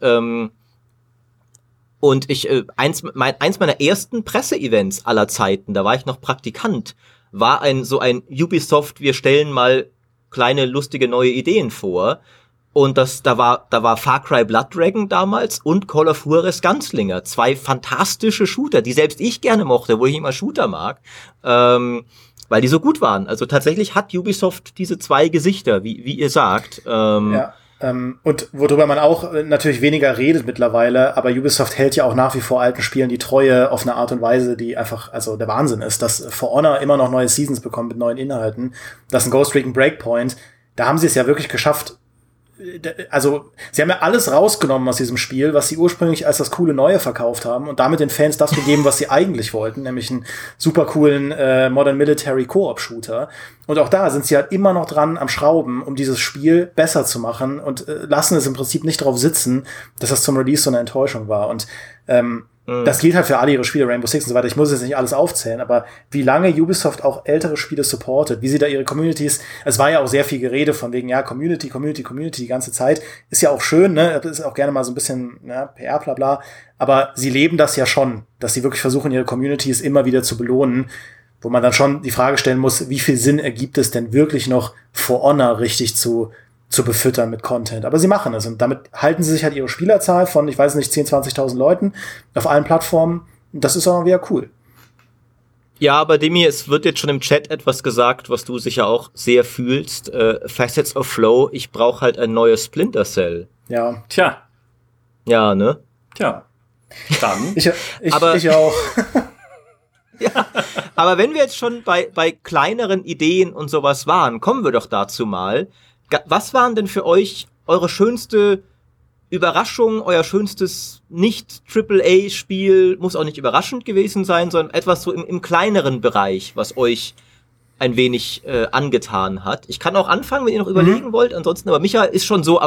ich, eins meiner ersten Presseevents aller Zeiten, da war ich noch Praktikant, war so ein Ubisoft, wir stellen mal kleine, lustige neue Ideen vor. Und da war Far Cry Blood Dragon damals und Call of Juarez Gunslinger. 2 fantastische Shooter, die selbst ich gerne mochte, wo ich immer Shooter mag, weil die so gut waren. Also tatsächlich hat Ubisoft diese 2 Gesichter, wie ihr sagt. Und worüber man auch natürlich weniger redet mittlerweile, aber Ubisoft hält ja auch nach wie vor alten Spielen die Treue auf eine Art und Weise, die einfach, also der Wahnsinn ist, dass For Honor immer noch neue Seasons bekommt mit neuen Inhalten. Das ist ein Ghost Recon Breakpoint. Da haben sie es ja wirklich geschafft. Also, sie haben ja alles rausgenommen aus diesem Spiel, was sie ursprünglich als das coole Neue verkauft haben und damit den Fans das gegeben, was sie eigentlich wollten, nämlich einen super coolen Modern Military Co-op-Shooter. Und auch da sind sie halt immer noch dran am Schrauben, um dieses Spiel besser zu machen und lassen es im Prinzip nicht drauf sitzen, dass das zum Release so eine Enttäuschung war. Und das gilt halt für alle ihre Spiele, Rainbow Six und so weiter. Ich muss jetzt nicht alles aufzählen, aber wie lange Ubisoft auch ältere Spiele supportet, wie sie da ihre Communities, es war ja auch sehr viel Gerede von wegen, ja, Community die ganze Zeit, ist ja auch schön, ne, das ist auch gerne mal so ein bisschen, PR, bla, bla, aber sie leben das ja schon, dass sie wirklich versuchen, ihre Communities immer wieder zu belohnen, wo man dann schon die Frage stellen muss, wie viel Sinn ergibt es denn wirklich noch, For Honor richtig zu befüttern mit Content. Aber sie machen es und damit halten sie sich halt ihre Spielerzahl von, ich weiß nicht, 10.000, 20.000 Leuten auf allen Plattformen. Und das ist auch wieder cool. Ja, aber Demi, es wird jetzt schon im Chat etwas gesagt, was du sicher auch sehr fühlst. Facets of Flow, ich brauche halt ein neues Splinter Cell. Ja. Tja. Ja, ne? Tja. Dann. Ich auch. Ja, aber wenn wir jetzt schon bei kleineren Ideen und sowas waren, kommen wir doch dazu mal. Was waren denn für euch eure schönste Überraschung, euer schönstes Nicht-AAA-Spiel? Muss auch nicht überraschend gewesen sein, sondern etwas so im kleineren Bereich, was euch ein wenig angetan hat. Ich kann auch anfangen, wenn ihr noch überlegen wollt. Ansonsten, aber Micha ist schon so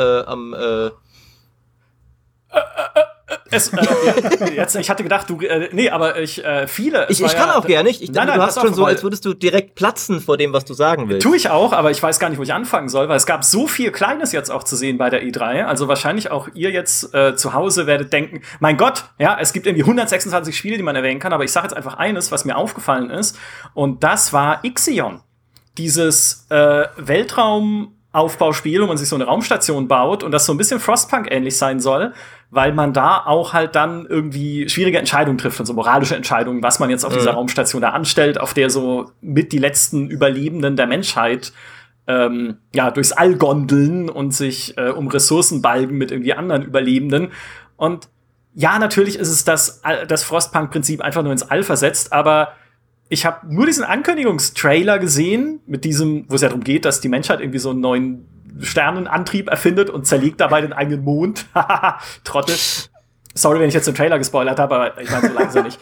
Jetzt, ich hatte gedacht, viele. Ich kann auch gerne nicht. Du hast schon so, als würdest du direkt platzen vor dem, was du sagen willst. Tue ich auch, aber ich weiß gar nicht, wo ich anfangen soll, weil es gab so viel Kleines jetzt auch zu sehen bei der E3. Also wahrscheinlich auch ihr jetzt zu Hause werdet denken, mein Gott, ja, es gibt irgendwie 126 Spiele, die man erwähnen kann, aber ich sage jetzt einfach eines, was mir aufgefallen ist. Und das war Ixion. Dieses Weltraumaufbauspiel, wo man sich so eine Raumstation baut und das so ein bisschen Frostpunk ähnlich sein soll, weil man da auch halt dann irgendwie schwierige Entscheidungen trifft und so moralische Entscheidungen, was man jetzt auf dieser Raumstation da anstellt, auf der so mit die letzten Überlebenden der Menschheit durchs All gondeln und sich um Ressourcen balgen mit irgendwie anderen Überlebenden. Und ja, natürlich ist es das Frostpunk-Prinzip einfach nur ins All versetzt, aber ich habe nur diesen Ankündigungstrailer gesehen, mit diesem, wo es ja darum geht, dass die Menschheit irgendwie so einen neuen Sternenantrieb erfindet und zerlegt dabei den eigenen Mond. Trottel. Sorry, wenn ich jetzt den Trailer gespoilert habe, aber ich meine, so langsam nicht.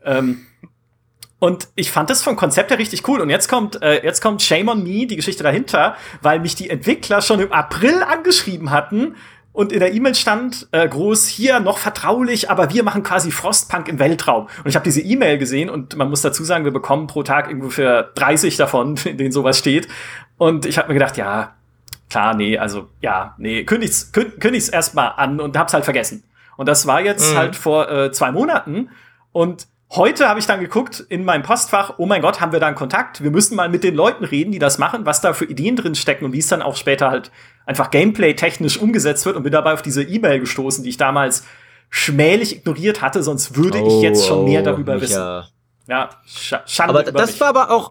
Und ich fand das vom Konzept her richtig cool. Und jetzt kommt Shame on Me, die Geschichte dahinter, weil mich die Entwickler schon im April angeschrieben hatten und in der E-Mail stand groß, hier noch vertraulich, aber wir machen quasi Frostpunk im Weltraum. Und ich habe diese E-Mail gesehen und man muss dazu sagen, wir bekommen pro Tag irgendwo für 30 davon, in denen sowas steht. Und ich habe mir gedacht, ja, klar, kündig's erstmal an und hab's halt vergessen. Und das war jetzt halt vor 2 Monaten. Und heute habe ich dann geguckt in meinem Postfach, oh mein Gott, haben wir da einen Kontakt? Wir müssen mal mit den Leuten reden, die das machen, was da für Ideen drin stecken und wie es dann auch später halt einfach Gameplay-technisch umgesetzt wird und bin dabei auf diese E-Mail gestoßen, die ich damals schmählich ignoriert hatte, sonst würde ich jetzt schon mehr darüber wissen. Ja, Schande aber das war aber auch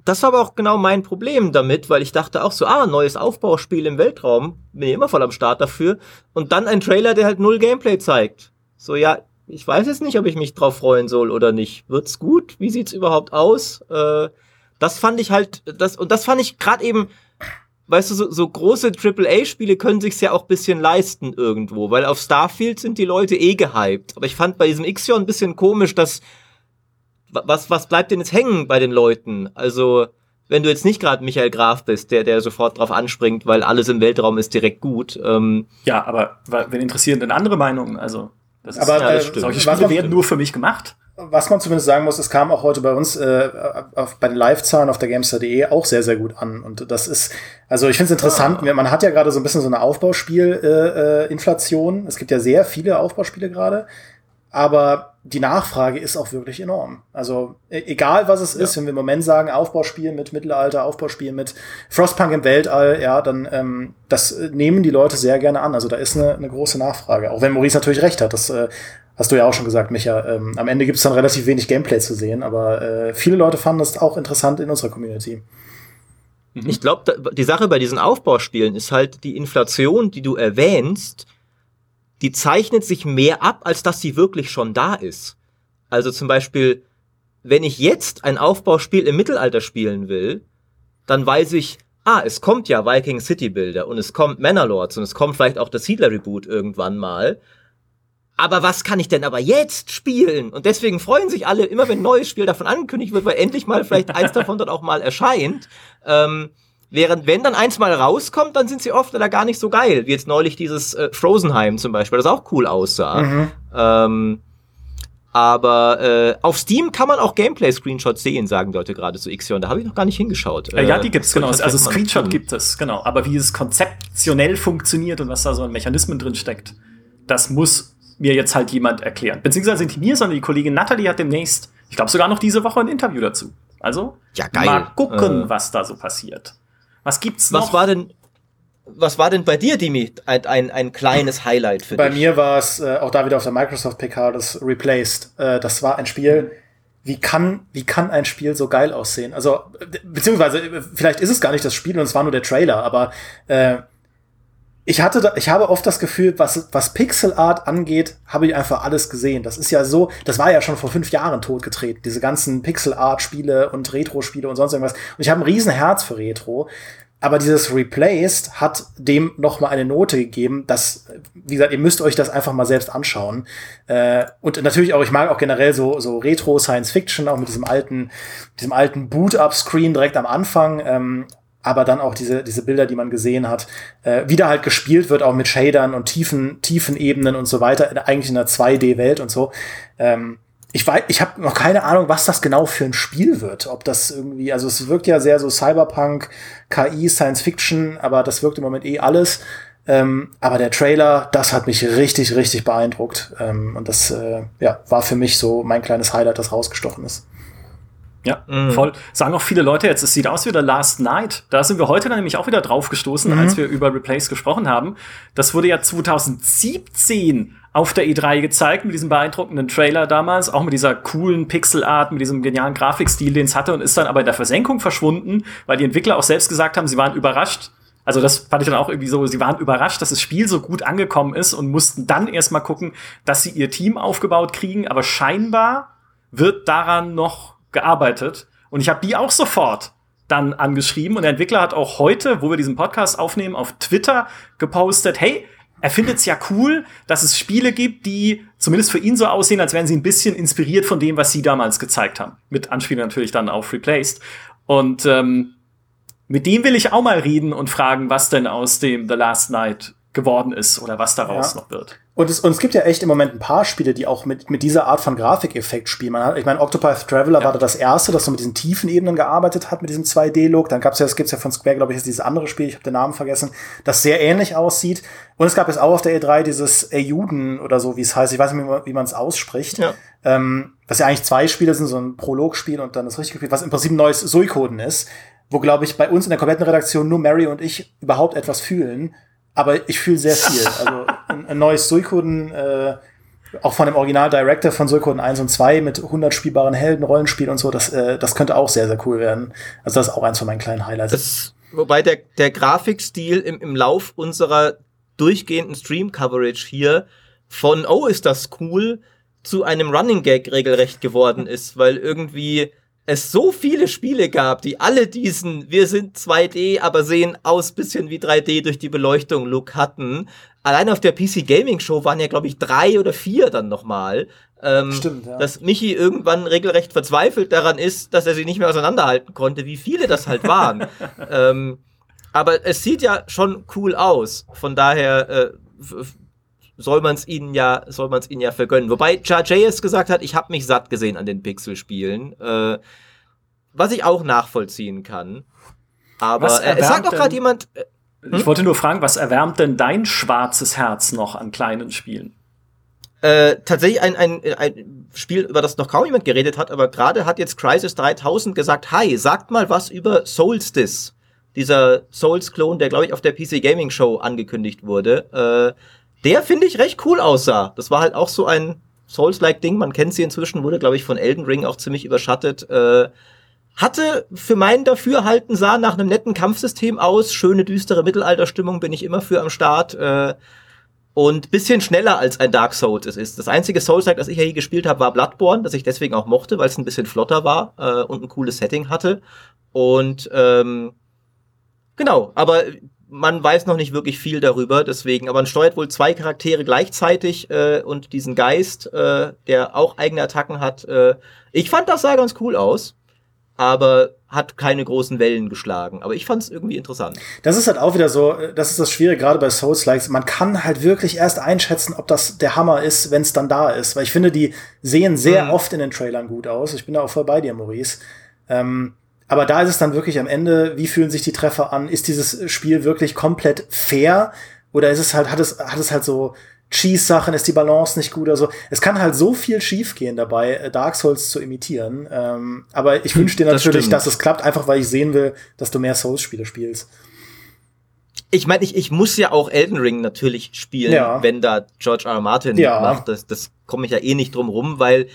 das war aber auch genau mein Problem damit, weil ich dachte auch so, neues Aufbauspiel im Weltraum, bin ich immer voll am Start dafür. Und dann ein Trailer, der halt 0 Gameplay zeigt. So, ja, ich weiß jetzt nicht, ob ich mich drauf freuen soll oder nicht. Wird's gut? Wie sieht's überhaupt aus? Das fand ich halt, das fand ich gerade eben, weißt du, so große AAA-Spiele können sich's ja auch ein bisschen leisten irgendwo, weil auf Starfield sind die Leute gehypt. Aber ich fand bei diesem Ixion ein bisschen komisch, dass was bleibt denn jetzt hängen bei den Leuten? Also, wenn du jetzt nicht gerade Michael Graf bist, der sofort drauf anspringt, weil alles im Weltraum ist direkt gut. Ja, aber wen interessieren denn andere Meinungen? Also, das ist, das solche Spiele werden nur für mich gemacht. Was man zumindest sagen muss, es kam auch heute bei uns bei den Live-Zahlen auf der Gamestar.de auch sehr, sehr gut an. Und das ist, also ich finde es interessant, man hat ja gerade so ein bisschen so eine Aufbauspiel-Inflation. Es gibt ja sehr viele Aufbauspiele gerade. Aber die Nachfrage ist auch wirklich enorm. Also egal, was es ist, wenn wir im Moment sagen, Aufbauspiel mit Mittelalter, Aufbauspiel mit Frostpunk im Weltall, ja, dann das nehmen die Leute sehr gerne an. Also da ist eine große Nachfrage. Auch wenn Maurice natürlich recht hat, das hast du ja auch schon gesagt, Micha. Am Ende gibt es dann relativ wenig Gameplay zu sehen, aber viele Leute fanden das auch interessant in unserer Community. Ich glaube, die Sache bei diesen Aufbauspielen ist halt die Inflation, die du erwähnst, die zeichnet sich mehr ab, als dass sie wirklich schon da ist. Also zum Beispiel, wenn ich jetzt ein Aufbauspiel im Mittelalter spielen will, dann weiß ich, es kommt ja Viking City Builder und es kommt Manor-Lords und es kommt vielleicht auch das Siedler-Reboot irgendwann mal. Aber was kann ich denn aber jetzt spielen? Und deswegen freuen sich alle, immer wenn ein neues Spiel davon angekündigt wird, weil endlich mal vielleicht eins davon dann auch mal erscheint. Während, wenn dann eins mal rauskommt, dann sind sie oft oder gar nicht so geil. Wie jetzt neulich dieses Frozenheim zum Beispiel, das auch cool aussah. Aber auf Steam kann man auch Gameplay-Screenshots sehen, sagen Leute gerade zu Ixion. Da habe ich noch gar nicht hingeschaut. Ja, die gibt's, genau. Also Screenshot gibt es, genau. Aber wie es konzeptionell funktioniert und was da so an Mechanismen drin steckt, das muss mir jetzt halt jemand erklären. Beziehungsweise nicht mir, sondern die Kollegin Natalie hat demnächst, ich glaube sogar noch diese Woche, ein Interview dazu. Also, ja, geil. Mal gucken, was da so passiert. Was gibt's noch? Was war denn bei dir, Dimi, ein kleines Highlight für dich? Bei mir war es auch da wieder auf der Microsoft PK, das Replaced. Das war ein Spiel, wie kann ein Spiel so geil aussehen? Also, beziehungsweise, vielleicht ist es gar nicht das Spiel und es war nur der Trailer, aber ich habe oft das Gefühl, was Pixel Art angeht, habe ich einfach alles gesehen. Das ist ja so, das war ja schon vor 5 Jahren totgetreten, diese ganzen Pixel Art Spiele und Retro-Spiele und sonst irgendwas. Und ich habe ein riesen Herz für Retro. Aber dieses Replaced hat dem noch mal eine Note gegeben, dass, wie gesagt, ihr müsst euch das einfach mal selbst anschauen. Und natürlich auch, ich mag auch generell so Retro Science Fiction, auch mit diesem alten Boot-Up-Screen direkt am Anfang. Aber dann auch diese Bilder, die man gesehen hat, wie da halt gespielt wird, auch mit Shadern und tiefen Ebenen und so weiter, eigentlich in einer 2D-Welt und so. Ich habe noch keine Ahnung, was das genau für ein Spiel wird. Ob das irgendwie, also es wirkt ja sehr so Cyberpunk, KI, Science Fiction, aber das wirkt im Moment alles. Aber der Trailer, das hat mich richtig, richtig beeindruckt. Und das war für mich so mein kleines Highlight, das rausgestochen ist. Ja, voll. Sagen auch viele Leute jetzt, es sieht aus wie der Last Night. Da sind wir heute dann nämlich auch wieder drauf gestoßen, als wir über Replace gesprochen haben. Das wurde ja 2017 auf der E3 gezeigt, mit diesem beeindruckenden Trailer damals, auch mit dieser coolen Pixelart, mit diesem genialen Grafikstil, den es hatte, und ist dann aber in der Versenkung verschwunden, weil die Entwickler auch selbst gesagt haben, sie waren überrascht. Also das fand ich dann auch irgendwie so, sie waren überrascht, dass das Spiel so gut angekommen ist und mussten dann erst mal gucken, dass sie ihr Team aufgebaut kriegen. Aber scheinbar wird daran noch gearbeitet. Und ich habe die auch sofort dann angeschrieben. Und der Entwickler hat auch heute, wo wir diesen Podcast aufnehmen, auf Twitter gepostet, hey, er findet es ja cool, dass es Spiele gibt, die zumindest für ihn so aussehen, als wären sie ein bisschen inspiriert von dem, was sie damals gezeigt haben. Mit Anspielung natürlich dann auf Replaced. Und mit dem will ich auch mal reden und fragen, was denn aus dem The Last Night geworden ist oder was daraus noch wird. Und es gibt ja echt im Moment ein paar Spiele, die auch mit dieser Art von Grafikeffekt spielen. Ich meine, Octopath Traveler war da das erste, das so mit diesen tiefen Ebenen gearbeitet hat, mit diesem 2D-Look. Dann gibt's ja von Square, glaube ich, ist dieses andere Spiel, ich habe den Namen vergessen, das sehr ähnlich aussieht. Und es gab jetzt auch auf der E3 dieses Eiyuden oder so, wie es heißt. Ich weiß nicht, wie man es ausspricht. Ja. Was ja eigentlich 2 Spiele sind, so ein Prolog-Spiel und dann das richtige Spiel, was im Prinzip ein neues Suikoden ist, wo, glaube ich, bei uns in der kompletten Redaktion nur Mary und ich überhaupt etwas fühlen. Aber ich fühle sehr viel. Also ein neues Suikoden auch von dem Original-Director von Suikoden 1 und 2 mit 100 spielbaren Helden, Rollenspiel und so, das könnte auch sehr, sehr cool werden. Also das ist auch eins von meinen kleinen Highlights. Wobei der Grafikstil im Lauf unserer durchgehenden Stream-Coverage hier von ist das cool zu einem Running Gag regelrecht geworden ist, weil irgendwie es so viele Spiele gab, die alle diesen wir sind 2D, aber sehen aus bisschen wie 3D durch die Beleuchtung Look hatten. Allein auf der PC Gaming Show waren ja, glaube ich, 3 oder 4 dann nochmal. Stimmt, ja. Dass Michi irgendwann regelrecht verzweifelt daran ist, dass er sie nicht mehr auseinanderhalten konnte, wie viele das halt waren. Aber es sieht ja schon cool aus. Von daher soll man es ihnen ja vergönnen. Wobei JS gesagt hat, ich habe mich satt gesehen an den Pixel-Spielen. Was ich auch nachvollziehen kann. Aber es sagt doch gerade jemand. Ich wollte nur fragen, was erwärmt denn dein schwarzes Herz noch an kleinen Spielen? Tatsächlich ein Spiel, über das noch kaum jemand geredet hat, aber gerade hat jetzt Crysis 3000 gesagt, hi, sagt mal was über Solstice. Dieser Souls-Klon, der, glaube ich, auf der PC Gaming Show angekündigt wurde. Der, finde ich, recht cool aussah. Das war halt auch so ein Souls-like-Ding. Man kennt sie inzwischen, wurde, glaube ich, von Elden Ring auch ziemlich überschattet. Hatte für mein Dafürhalten, sah nach einem netten Kampfsystem aus. Schöne, düstere Mittelalterstimmung bin ich immer für am Start. Und bisschen schneller als ein Dark Souls es ist. Das einzige Souls-like, das ich ja hier gespielt habe, war Bloodborne, das ich deswegen auch mochte, weil es ein bisschen flotter war und ein cooles Setting hatte. Und genau, aber man weiß noch nicht wirklich viel darüber, deswegen, aber man steuert wohl 2 Charaktere gleichzeitig und diesen Geist, der auch eigene Attacken hat. Ich fand, das sah ganz cool aus, aber hat keine großen Wellen geschlagen. Aber ich fand es irgendwie interessant. Das ist halt auch wieder so, das ist das Schwierige, gerade bei Souls-Likes. Man kann halt wirklich erst einschätzen, ob das der Hammer ist, wenn es dann da ist. Weil ich finde, die sehen sehr oft in den Trailern gut aus. Ich bin da auch voll bei dir, Maurice. Aber da ist es dann wirklich am Ende, wie fühlen sich die Treffer an? Ist dieses Spiel wirklich komplett fair? Oder ist es halt, hat es halt so Cheese-Sachen, ist die Balance nicht gut oder so? Es kann halt so viel schiefgehen dabei, Dark Souls zu imitieren. Aber ich wünsche dir natürlich, dass es klappt, einfach weil ich sehen will, dass du mehr Souls-Spiele spielst. Ich meine, ich muss ja auch Elden Ring natürlich spielen, wenn da George R. R. Martin macht. Das komme ich ja eh nicht drum rum, weil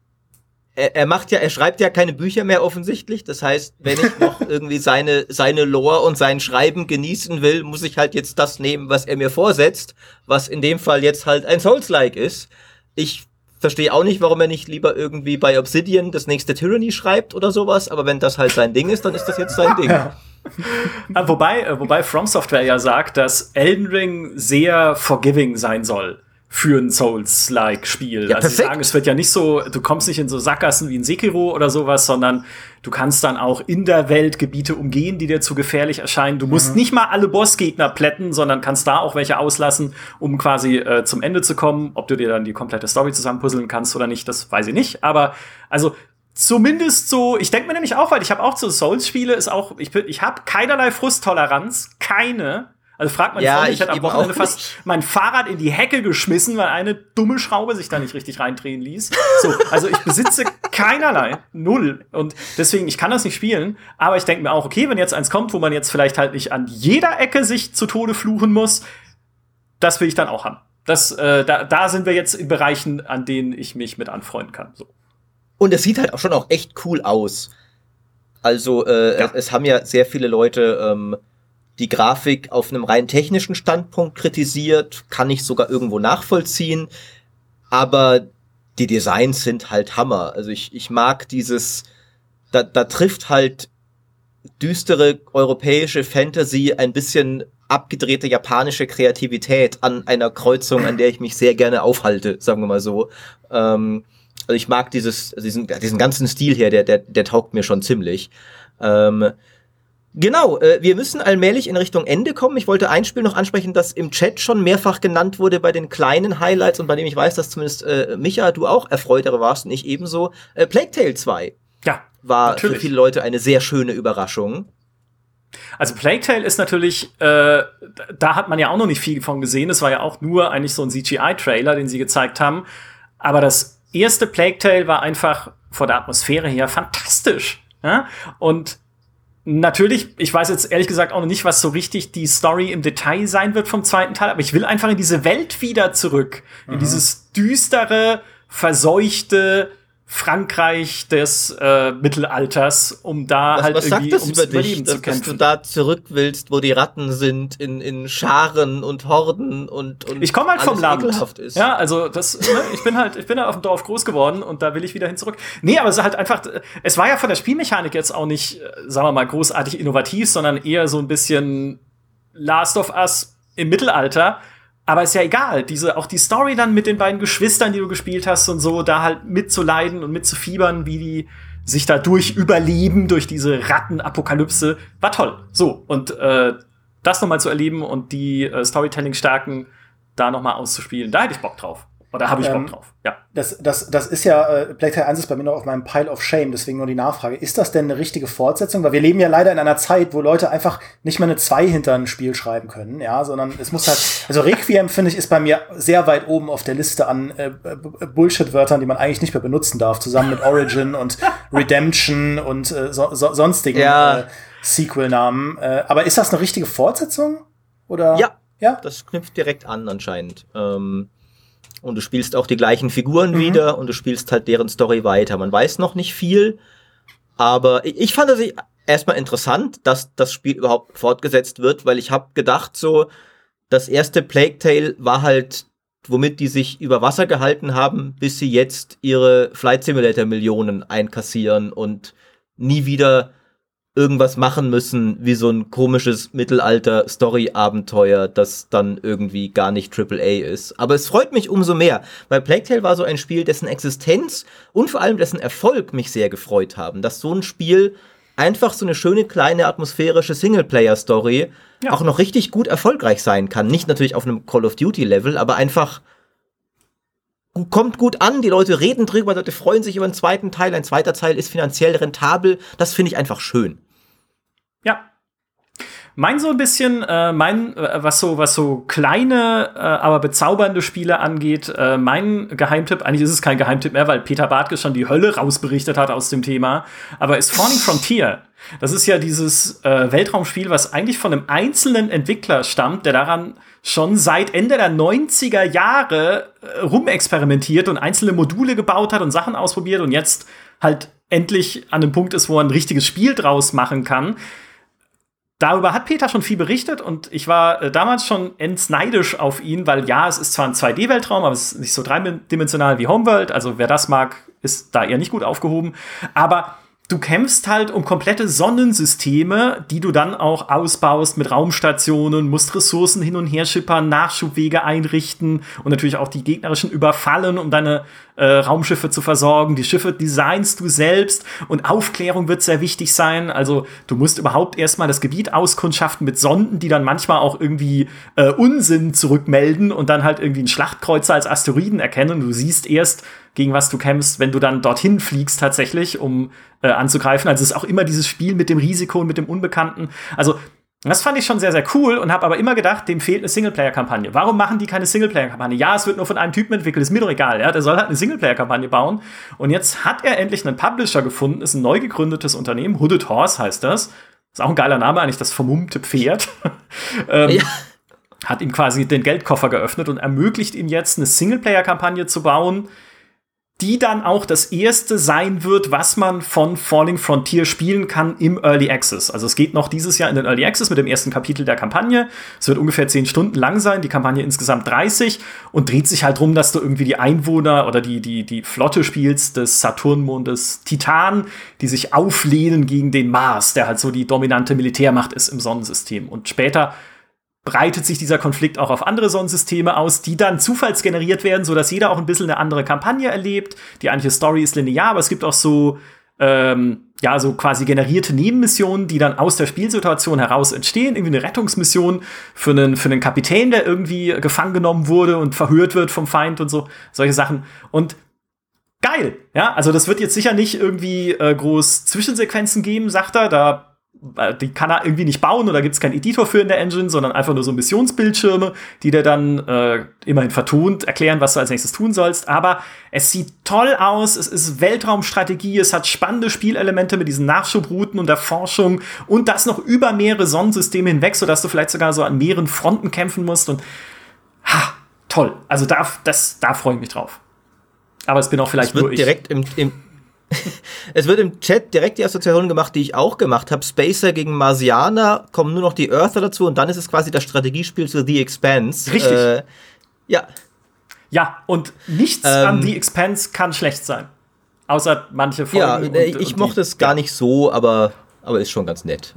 er schreibt ja keine Bücher mehr offensichtlich. Das heißt, wenn ich noch irgendwie seine Lore und sein Schreiben genießen will, muss ich halt jetzt das nehmen, was er mir vorsetzt, was in dem Fall jetzt halt ein Souls-like ist. Ich verstehe auch nicht, warum er nicht lieber irgendwie bei Obsidian das nächste Tyranny schreibt oder sowas, aber wenn das halt sein Ding ist, dann ist das jetzt sein Ding. Wobei From Software ja sagt, dass Elden Ring sehr forgiving sein soll für ein Souls-like-Spiel. Ja, also sie sagen, es wird ja nicht so, du kommst nicht in so Sackgassen wie in Sekiro oder sowas, sondern du kannst dann auch in der Welt Gebiete umgehen, die dir zu gefährlich erscheinen. Du musst nicht mal alle Bossgegner plätten, sondern kannst da auch welche auslassen, um quasi zum Ende zu kommen. Ob du dir dann die komplette Story zusammenpuzzeln kannst oder nicht, das weiß ich nicht. Aber also zumindest so, ich denke mir nämlich auch, weil ich habe auch so Souls-Spiele, ich habe keinerlei Frusttoleranz, keine. Also fragt man Freunde, ich hatte am Wochenende fast mein Fahrrad in die Hecke geschmissen, weil eine dumme Schraube sich da nicht richtig reindrehen ließ. So, also ich besitze keinerlei, 0. Und deswegen, ich kann das nicht spielen. Aber ich denke mir auch, okay, wenn jetzt eins kommt, wo man jetzt vielleicht halt nicht an jeder Ecke sich zu Tode fluchen muss, das will ich dann auch haben. Da sind wir jetzt in Bereichen, an denen ich mich mit anfreunden kann. So. Und es sieht halt auch schon auch echt cool aus. Also, es haben ja sehr viele Leute die Grafik auf einem rein technischen Standpunkt kritisiert, kann ich sogar irgendwo nachvollziehen, aber die Designs sind halt Hammer. Also ich mag dieses, da trifft halt düstere europäische Fantasy ein bisschen abgedrehte japanische Kreativität an einer Kreuzung, an der ich mich sehr gerne aufhalte, sagen wir mal so. Also ich mag diesen ganzen Stil hier, der taugt mir schon ziemlich. Genau, wir müssen allmählich in Richtung Ende kommen. Ich wollte ein Spiel noch ansprechen, das im Chat schon mehrfach genannt wurde bei den kleinen Highlights und bei dem ich weiß, dass zumindest Micha, du auch erfreut darüber warst und ich ebenso. Plague Tale 2 war natürlich für viele Leute eine sehr schöne Überraschung. Also Plague Tale ist natürlich, da hat man ja auch noch nicht viel von gesehen. Es war ja auch nur eigentlich so ein CGI-Trailer, den sie gezeigt haben. Aber das erste Plague Tale war einfach von der Atmosphäre her fantastisch. Ja? Und natürlich, ich weiß jetzt ehrlich gesagt auch noch nicht, was so richtig die Story im Detail sein wird vom zweiten Teil, aber ich will einfach in diese Welt wieder zurück. In dieses düstere, verseuchte Frankreich des Mittelalters, um da halt was irgendwie sagt das ums über dich, Überleben zu dass du kämpfen. da zurück willst, wo die Ratten sind, in Scharen und Horden und Ich komme halt vom alles Land. ekelhaft ist. Ja, also das, ne, ich bin halt auf dem Dorf groß geworden und da will ich wieder hin zurück. Nee, aber es ist halt einfach, es war ja von der Spielmechanik jetzt auch nicht, sagen wir mal, großartig innovativ, sondern eher so ein bisschen Last of Us im Mittelalter. Aber ist ja egal, auch die Story dann mit den beiden Geschwistern, die du gespielt hast und so, da halt mitzuleiden und mitzufiebern, wie die sich da überleben durch diese Rattenapokalypse, war toll. So, und das nochmal zu erleben und die Storytelling-Stärken da nochmal auszuspielen, da hätte ich Bock drauf. Oder habe ich Bock drauf, ja. Das ist ja, Plague Tale 1 ist bei mir noch auf meinem Pile of Shame, deswegen nur die Nachfrage. Ist das denn eine richtige Fortsetzung? Weil wir leben ja leider in einer Zeit, wo Leute einfach nicht mehr eine 2 hinter ein Spiel schreiben können, ja, sondern es muss halt, also Requiem, finde ich, ist bei mir sehr weit oben auf der Liste an Bullshit-Wörtern, die man eigentlich nicht mehr benutzen darf, zusammen mit Origin und Redemption und sonstigen Sequel-Namen. Aber ist das eine richtige Fortsetzung? Oder? Ja, das knüpft direkt an anscheinend. Und du spielst auch die gleichen Figuren wieder und du spielst halt deren Story weiter. Man weiß noch nicht viel, aber ich fand es erstmal interessant, dass das Spiel überhaupt fortgesetzt wird, weil ich habe gedacht, so, das erste Plague Tale war halt, womit die sich über Wasser gehalten haben, bis sie jetzt ihre Flight Simulator Millionen einkassieren und nie wieder irgendwas machen müssen, wie so ein komisches Mittelalter-Story-Abenteuer, das dann irgendwie gar nicht AAA ist. Aber es freut mich umso mehr, weil Plague Tale war so ein Spiel, dessen Existenz und vor allem dessen Erfolg mich sehr gefreut haben. Dass so ein Spiel einfach so eine schöne, kleine, atmosphärische Singleplayer-Story auch noch richtig gut erfolgreich sein kann. Nicht natürlich auf einem Call of Duty-Level, aber einfach kommt gut an, die Leute reden drüber, die Leute freuen sich über einen zweiten Teil, ein zweiter Teil ist finanziell rentabel. Das finde ich einfach schön. Ja. Mein so ein bisschen, was so kleine, aber bezaubernde Spiele angeht, mein Geheimtipp, eigentlich ist es kein Geheimtipp mehr, weil Peter Bartke schon die Hölle rausberichtet hat aus dem Thema, aber ist Falling Frontier. Das ist ja dieses Weltraumspiel, was eigentlich von einem einzelnen Entwickler stammt, der daran schon seit Ende der 90er Jahre rumexperimentiert und einzelne Module gebaut hat und Sachen ausprobiert und jetzt halt endlich an einem Punkt ist, wo er ein richtiges Spiel draus machen kann. Darüber hat Peter schon viel berichtet und ich war damals schon neidisch auf ihn, weil ja, es ist zwar ein 2D-Weltraum, aber es ist nicht so dreidimensional wie Homeworld, also wer das mag, ist da eher nicht gut aufgehoben, aber du kämpfst halt um komplette Sonnensysteme, die du dann auch ausbaust mit Raumstationen, musst Ressourcen hin und her schippern, Nachschubwege einrichten und natürlich auch die gegnerischen überfallen, um deine Raumschiffe zu versorgen. Die Schiffe designst du selbst und Aufklärung wird sehr wichtig sein. Also du musst überhaupt erstmal das Gebiet auskundschaften mit Sonden, die dann manchmal auch irgendwie Unsinn zurückmelden und dann halt irgendwie einen Schlachtkreuzer als Asteroiden erkennen. Du siehst erst, gegen was du kämpfst, wenn du dann dorthin fliegst tatsächlich, um anzugreifen. Also es ist auch immer dieses Spiel mit dem Risiko und mit dem Unbekannten. Also das fand ich schon sehr, sehr cool und habe aber immer gedacht, dem fehlt eine Singleplayer-Kampagne. Warum machen die keine Singleplayer-Kampagne? Ja, es wird nur von einem Typen entwickelt, ist mir doch egal. Ja? Der soll halt eine Singleplayer-Kampagne bauen. Und jetzt hat er endlich einen Publisher gefunden, ist ein neu gegründetes Unternehmen, Hooded Horse heißt das. Ist auch ein geiler Name, eigentlich das vermummte Pferd. Hat ihm quasi den Geldkoffer geöffnet und ermöglicht ihm jetzt eine Singleplayer-Kampagne zu bauen, die dann auch das erste sein wird, was man von Falling Frontier spielen kann im Early Access. Also es geht noch dieses Jahr in den Early Access mit dem ersten Kapitel der Kampagne. Es wird ungefähr 10 Stunden lang sein, die Kampagne insgesamt 30 und dreht sich halt drum, dass du irgendwie die Einwohner oder die Flotte spielst des Saturnmondes Titan, die sich auflehnen gegen den Mars, der halt so die dominante Militärmacht ist im Sonnensystem. Und später breitet sich dieser Konflikt auch auf andere Sonnensysteme aus, die dann zufallsgeneriert werden, sodass jeder auch ein bisschen eine andere Kampagne erlebt. Die eigentliche Story ist linear, aber es gibt auch so so quasi generierte Nebenmissionen, die dann aus der Spielsituation heraus entstehen. Irgendwie eine Rettungsmission für einen Kapitän, der irgendwie gefangen genommen wurde und verhört wird vom Feind und so. Solche Sachen. Und geil, ja. Also das wird jetzt sicher nicht irgendwie groß Zwischensequenzen geben, sagt er. Da Die kann er irgendwie nicht bauen oder gibt es keinen Editor für in der Engine, sondern einfach nur so Missionsbildschirme, die dir dann immerhin vertont erklären, was du als nächstes tun sollst. Aber es sieht toll aus, es ist Weltraumstrategie, es hat spannende Spielelemente mit diesen Nachschubrouten und der Forschung und das noch über mehrere Sonnensysteme hinweg, sodass du vielleicht sogar so an mehreren Fronten kämpfen musst. Und toll. Also da freue ich mich drauf. Aber es bin auch vielleicht nur ich. Direkt es wird im Chat direkt die Assoziation gemacht, die ich auch gemacht habe. Spacer gegen Marsianer, kommen nur noch die Earther dazu und dann ist es quasi das Strategiespiel zu The Expanse. Richtig. Ja. Ja, und nichts an The Expanse kann schlecht sein. Außer manche Folgen. Ja, ich mochte es gar nicht so, aber ist schon ganz nett.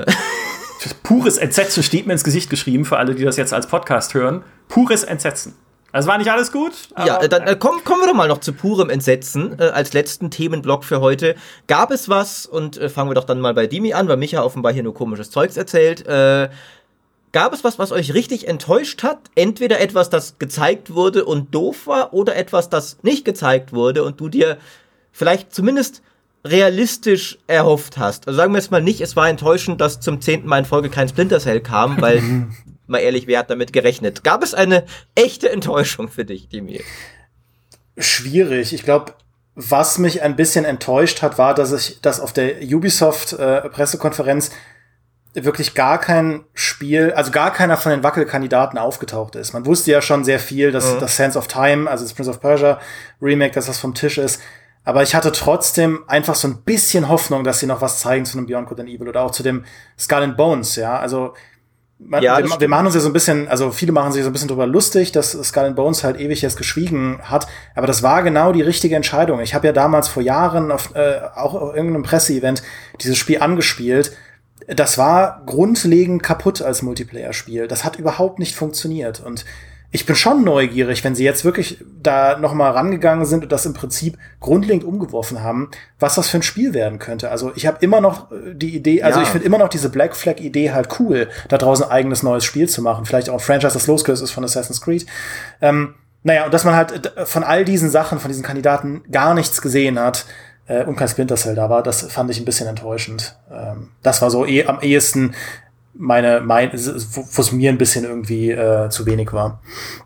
Pures Entsetzen steht mir ins Gesicht geschrieben, für alle, die das jetzt als Podcast hören. Pures Entsetzen. Also war nicht alles gut. Ja, dann kommen wir doch mal noch zu purem Entsetzen als letzten Themenblock für heute. Gab es was, und fangen wir doch dann mal bei Dimi an, weil Micha offenbar hier nur komisches Zeugs erzählt. Gab es was euch richtig enttäuscht hat? Entweder etwas, das gezeigt wurde und doof war, oder etwas, das nicht gezeigt wurde und du dir vielleicht zumindest realistisch erhofft hast. Also sagen wir jetzt mal nicht, es war enttäuschend, dass zum 10. Mal in Folge kein Splinter Cell kam, weil mal ehrlich, wer hat damit gerechnet? Gab es eine echte Enttäuschung für dich, Dimi? Schwierig. Ich glaube, was mich ein bisschen enttäuscht hat, war, dass auf der Ubisoft-Pressekonferenz wirklich gar kein Spiel, also gar keiner von den Wackelkandidaten aufgetaucht ist. Man wusste ja schon sehr viel, dass das Sands of Time, also das Prince of Persia Remake, dass das vom Tisch ist. Aber ich hatte trotzdem einfach so ein bisschen Hoffnung, dass sie noch was zeigen zu dem Beyond Good and Evil oder auch zu dem Skull and Bones, ja. Also wir machen uns ja so ein bisschen, also viele machen sich so ein bisschen drüber lustig, dass Skull and Bones halt ewig jetzt geschwiegen hat, aber das war genau die richtige Entscheidung. Ich habe ja damals vor Jahren auch auf irgendeinem Presseevent dieses Spiel angespielt. Das war grundlegend kaputt als Multiplayer-Spiel. Das hat überhaupt nicht funktioniert. Und ich bin schon neugierig, wenn sie jetzt wirklich da noch mal rangegangen sind und das im Prinzip grundlegend umgeworfen haben, was das für ein Spiel werden könnte. Also ich habe immer noch die Idee, also ich finde immer noch diese Black Flag-Idee halt cool, da draußen ein eigenes neues Spiel zu machen. Vielleicht auch ein Franchise, das losgelöst ist von Assassin's Creed. Und dass man halt von all diesen Sachen, von diesen Kandidaten gar nichts gesehen hat und kein Splinter Cell da war, das fand ich ein bisschen enttäuschend. Das war so am ehesten wo es mir ein bisschen irgendwie zu wenig war.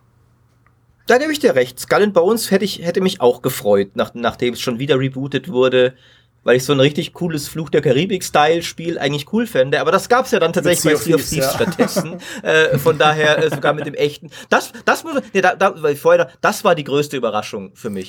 Da gebe ich dir recht. Skull and Bones hätte mich auch gefreut, nachdem es schon wieder rebootet wurde, weil ich so ein richtig cooles Fluch der Karibik-Style-Spiel eigentlich cool fände. Aber das gab's ja dann tatsächlich bei Sea of Thieves stattdessen. Von daher sogar mit dem echten. Das war die größte Überraschung für mich.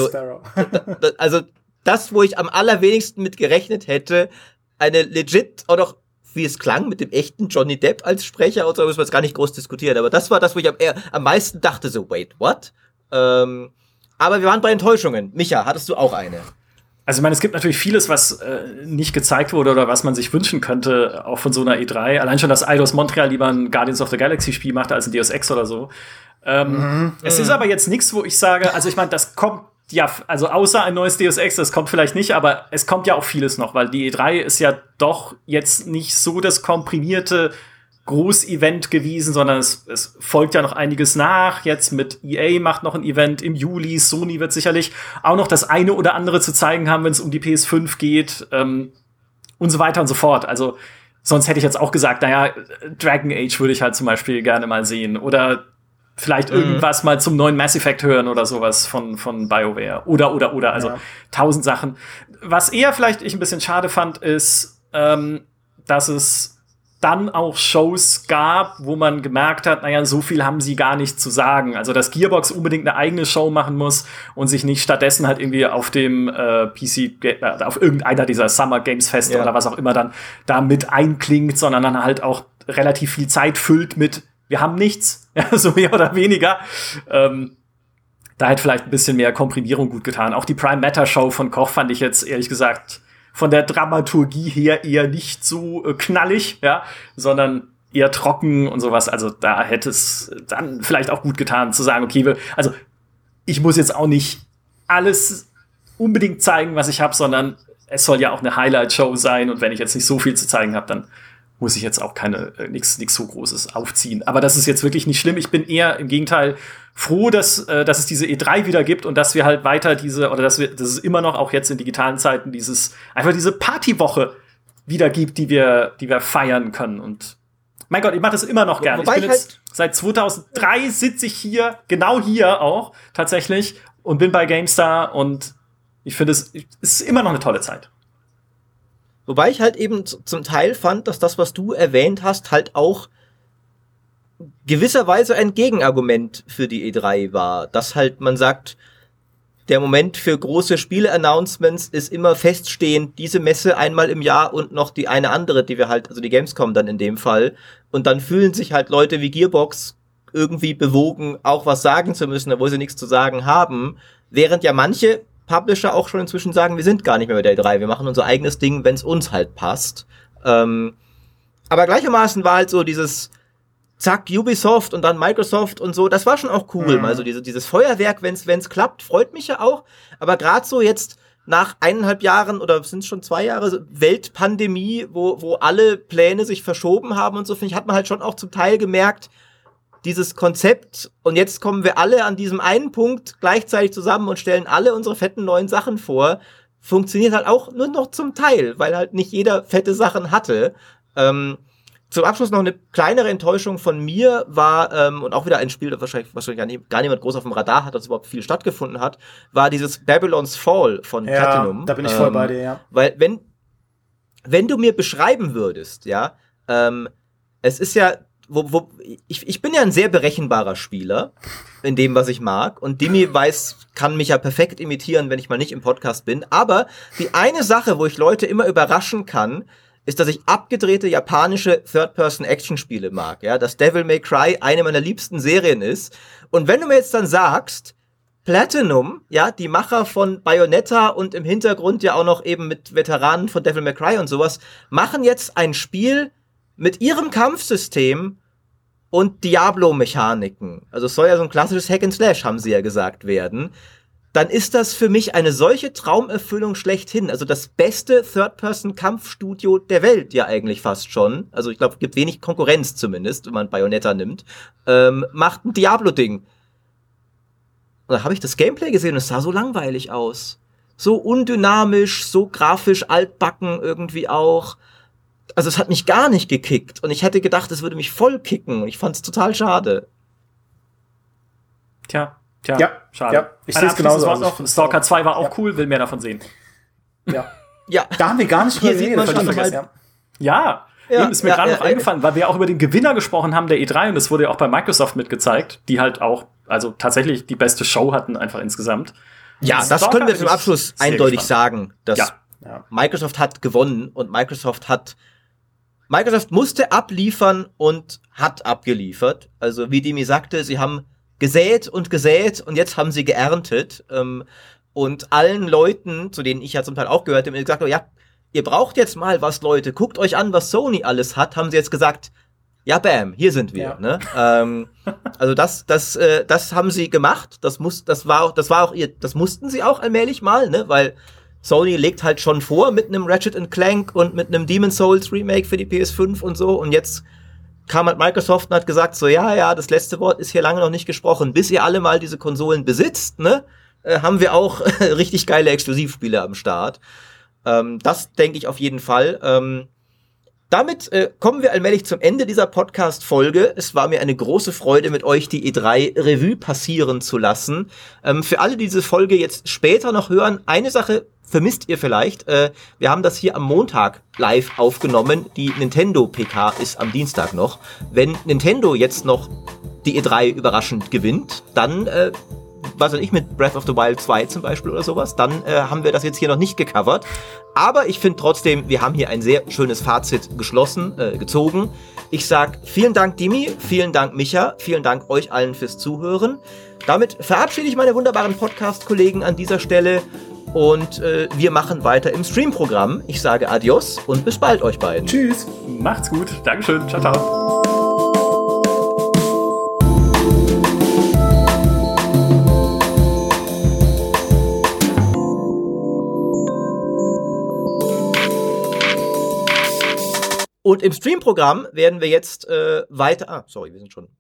Also das, wo ich am allerwenigsten mit gerechnet hätte, eine legit oder wie es klang, mit dem echten Johnny Depp als Sprecher und so, müssen wir jetzt gar nicht groß diskutieren, aber das war das, wo ich am meisten dachte, so, wait, what? Aber wir waren bei Enttäuschungen. Micha, hattest du auch eine? Also ich meine, es gibt natürlich vieles, was nicht gezeigt wurde oder was man sich wünschen könnte, auch von so einer E3. Allein schon, dass Eidos Montreal lieber ein Guardians of the Galaxy Spiel macht als ein Deus Ex oder so. Es ist aber jetzt nichts, wo ich sage, also ich meine, das kommt ja, also außer ein neues Deus Ex, das kommt vielleicht nicht, aber es kommt ja auch vieles noch, weil die E3 ist ja doch jetzt nicht so das komprimierte Groß-Event gewesen, sondern es folgt ja noch einiges nach. Jetzt mit EA macht noch ein Event im Juli, Sony wird sicherlich auch noch das eine oder andere zu zeigen haben, wenn es um die PS5 geht und so weiter und so fort. Also sonst hätte ich jetzt auch gesagt, naja, Dragon Age würde ich halt zum Beispiel gerne mal sehen oder vielleicht irgendwas mal zum neuen Mass Effect hören oder sowas von BioWare. Oder. Also 1000 Sachen. Was eher vielleicht ich ein bisschen schade fand, ist, dass es dann auch Shows gab, wo man gemerkt hat, naja, so viel haben sie gar nicht zu sagen. Also, dass Gearbox unbedingt eine eigene Show machen muss und sich nicht stattdessen halt irgendwie auf dem PC, auf irgendeiner dieser Summer Games Feste oder was auch immer dann da mit einklingt, sondern dann halt auch relativ viel Zeit füllt mit wir haben nichts, so mehr oder weniger. Da hätte vielleicht ein bisschen mehr Komprimierung gut getan. Auch die Prime Matter Show von Koch fand ich jetzt ehrlich gesagt von der Dramaturgie her eher nicht so knallig, ja, sondern eher trocken und sowas. Also da hätte es dann vielleicht auch gut getan zu sagen, okay, also ich muss jetzt auch nicht alles unbedingt zeigen, was ich habe, sondern es soll ja auch eine Highlight-Show sein. Und wenn ich jetzt nicht so viel zu zeigen habe, dann muss ich jetzt auch nichts so Großes aufziehen. Aber das ist jetzt wirklich nicht schlimm. Ich bin eher im Gegenteil froh, dass es diese E3 wieder gibt und dass wir halt weiter dass es immer noch auch jetzt in digitalen Zeiten diese Partywoche wieder gibt, die wir feiern können. Und mein Gott, ich mache das immer noch gerne. Ich bin jetzt seit 2003 sitze ich hier, genau hier auch tatsächlich, und bin bei GameStar, und ich finde, es ist immer noch eine tolle Zeit. Wobei ich halt eben zum Teil fand, dass das, was du erwähnt hast, halt auch gewisserweise ein Gegenargument für die E3 war. Dass halt man sagt, der Moment für große Spiele-Announcements ist immer feststehend, diese Messe einmal im Jahr und noch die eine andere, die wir halt, also die Gamescom dann in dem Fall. Und dann fühlen sich halt Leute wie Gearbox irgendwie bewogen, auch was sagen zu müssen, obwohl sie nichts zu sagen haben. Während ja manche Publisher auch schon inzwischen sagen, wir sind gar nicht mehr bei der E3, wir machen unser eigenes Ding, wenn es uns halt passt. Aber gleichermaßen war halt so dieses zack, Ubisoft und dann Microsoft und so, das war schon auch cool, mal so dieses Feuerwerk, wenn's klappt, freut mich ja auch, aber gerade so jetzt nach 1,5 Jahren oder sind es schon 2 Jahre Weltpandemie, wo alle Pläne sich verschoben haben und so, finde ich, hat man halt schon auch zum Teil gemerkt, dieses Konzept, und jetzt kommen wir alle an diesem einen Punkt gleichzeitig zusammen und stellen alle unsere fetten neuen Sachen vor, funktioniert halt auch nur noch zum Teil, weil halt nicht jeder fette Sachen hatte. Zum Abschluss noch eine kleinere Enttäuschung von mir war, und auch wieder ein Spiel, das wahrscheinlich gar niemand groß auf dem Radar hat, dass überhaupt viel stattgefunden hat, war dieses Babylon's Fall von Platinum. Da bin ich voll bei dir, ja. Weil wenn du mir beschreiben würdest, ja, es ist ja, ich bin ja ein sehr berechenbarer Spieler in dem, was ich mag, und Dimi kann mich ja perfekt imitieren, wenn ich mal nicht im Podcast bin, aber die eine Sache, wo ich Leute immer überraschen kann, ist, dass ich abgedrehte japanische Third-Person-Action-Spiele mag, ja, dass Devil May Cry eine meiner liebsten Serien ist. Und wenn du mir jetzt dann sagst, Platinum, ja, die Macher von Bayonetta und im Hintergrund ja auch noch eben mit Veteranen von Devil May Cry und sowas, machen jetzt ein Spiel mit ihrem Kampfsystem und Diablo-Mechaniken, also es soll ja so ein klassisches Hack-and-Slash, haben sie ja gesagt, werden, dann ist das für mich eine solche Traumerfüllung schlechthin. Also das beste Third-Person-Kampfstudio der Welt ja eigentlich fast schon. Also ich glaube, es gibt wenig Konkurrenz zumindest, wenn man Bayonetta nimmt. Macht ein Diablo-Ding. Und da habe ich das Gameplay gesehen und es sah so langweilig aus. So undynamisch, so grafisch altbacken irgendwie auch. Also es hat mich gar nicht gekickt. Und ich hätte gedacht, es würde mich voll kicken. Und ich fand es total schade. Tja, ja, schade. Ja, ich sehe es genauso. Stalker 2 war auch cool, will mehr davon sehen. Ja. Da haben wir gar nicht drüber geredet. Ja, eben ist mir gerade noch eingefallen, weil wir auch über den Gewinner gesprochen haben der E3, und das wurde ja auch bei Microsoft mitgezeigt, die halt auch, also tatsächlich die beste Show hatten einfach insgesamt. Ja, das können wir zum Abschluss eindeutig sagen, dass Microsoft hat gewonnen, und Microsoft musste abliefern und hat abgeliefert. Also wie Demi sagte, sie haben gesät und jetzt haben sie geerntet. Und allen Leuten, zu denen ich ja zum Teil auch gehört habe, die gesagt haben, ja, ihr braucht jetzt mal was, Leute, guckt euch an, was Sony alles hat, haben sie jetzt gesagt, ja, bam, hier sind wir. Ja. Ne? Also das haben sie gemacht. Das mussten sie auch allmählich mal, ne? Weil Sony legt halt schon vor mit einem Ratchet & Clank und mit einem Demon's Souls Remake für die PS5 und so, und jetzt kam halt Microsoft und hat gesagt, so, ja, das letzte Wort ist hier lange noch nicht gesprochen. Bis ihr alle mal diese Konsolen besitzt, ne, haben wir auch richtig geile Exklusivspiele am Start. Das denke ich auf jeden Fall. Damit kommen wir allmählich zum Ende dieser Podcast-Folge. Es war mir eine große Freude, mit euch die E3 Revue passieren zu lassen. Für alle, die diese Folge jetzt später noch hören, eine Sache vermisst ihr vielleicht. Wir haben das hier am Montag live aufgenommen. Die Nintendo PK ist am Dienstag noch. Wenn Nintendo jetzt noch die E3 überraschend gewinnt, dann, was weiß ich, mit Breath of the Wild 2 zum Beispiel oder sowas, dann haben wir das jetzt hier noch nicht gecovert. Aber ich finde trotzdem, wir haben hier ein sehr schönes Fazit gezogen. Ich sag vielen Dank, Dimi, vielen Dank, Micha, vielen Dank euch allen fürs Zuhören. Damit verabschiede ich meine wunderbaren Podcast-Kollegen an dieser Stelle. Und wir machen weiter im Stream-Programm. Ich sage Adios und bis bald euch beiden. Tschüss. Macht's gut. Dankeschön. Ciao, ciao. Und im Stream-Programm werden wir jetzt weiter... wir sind schon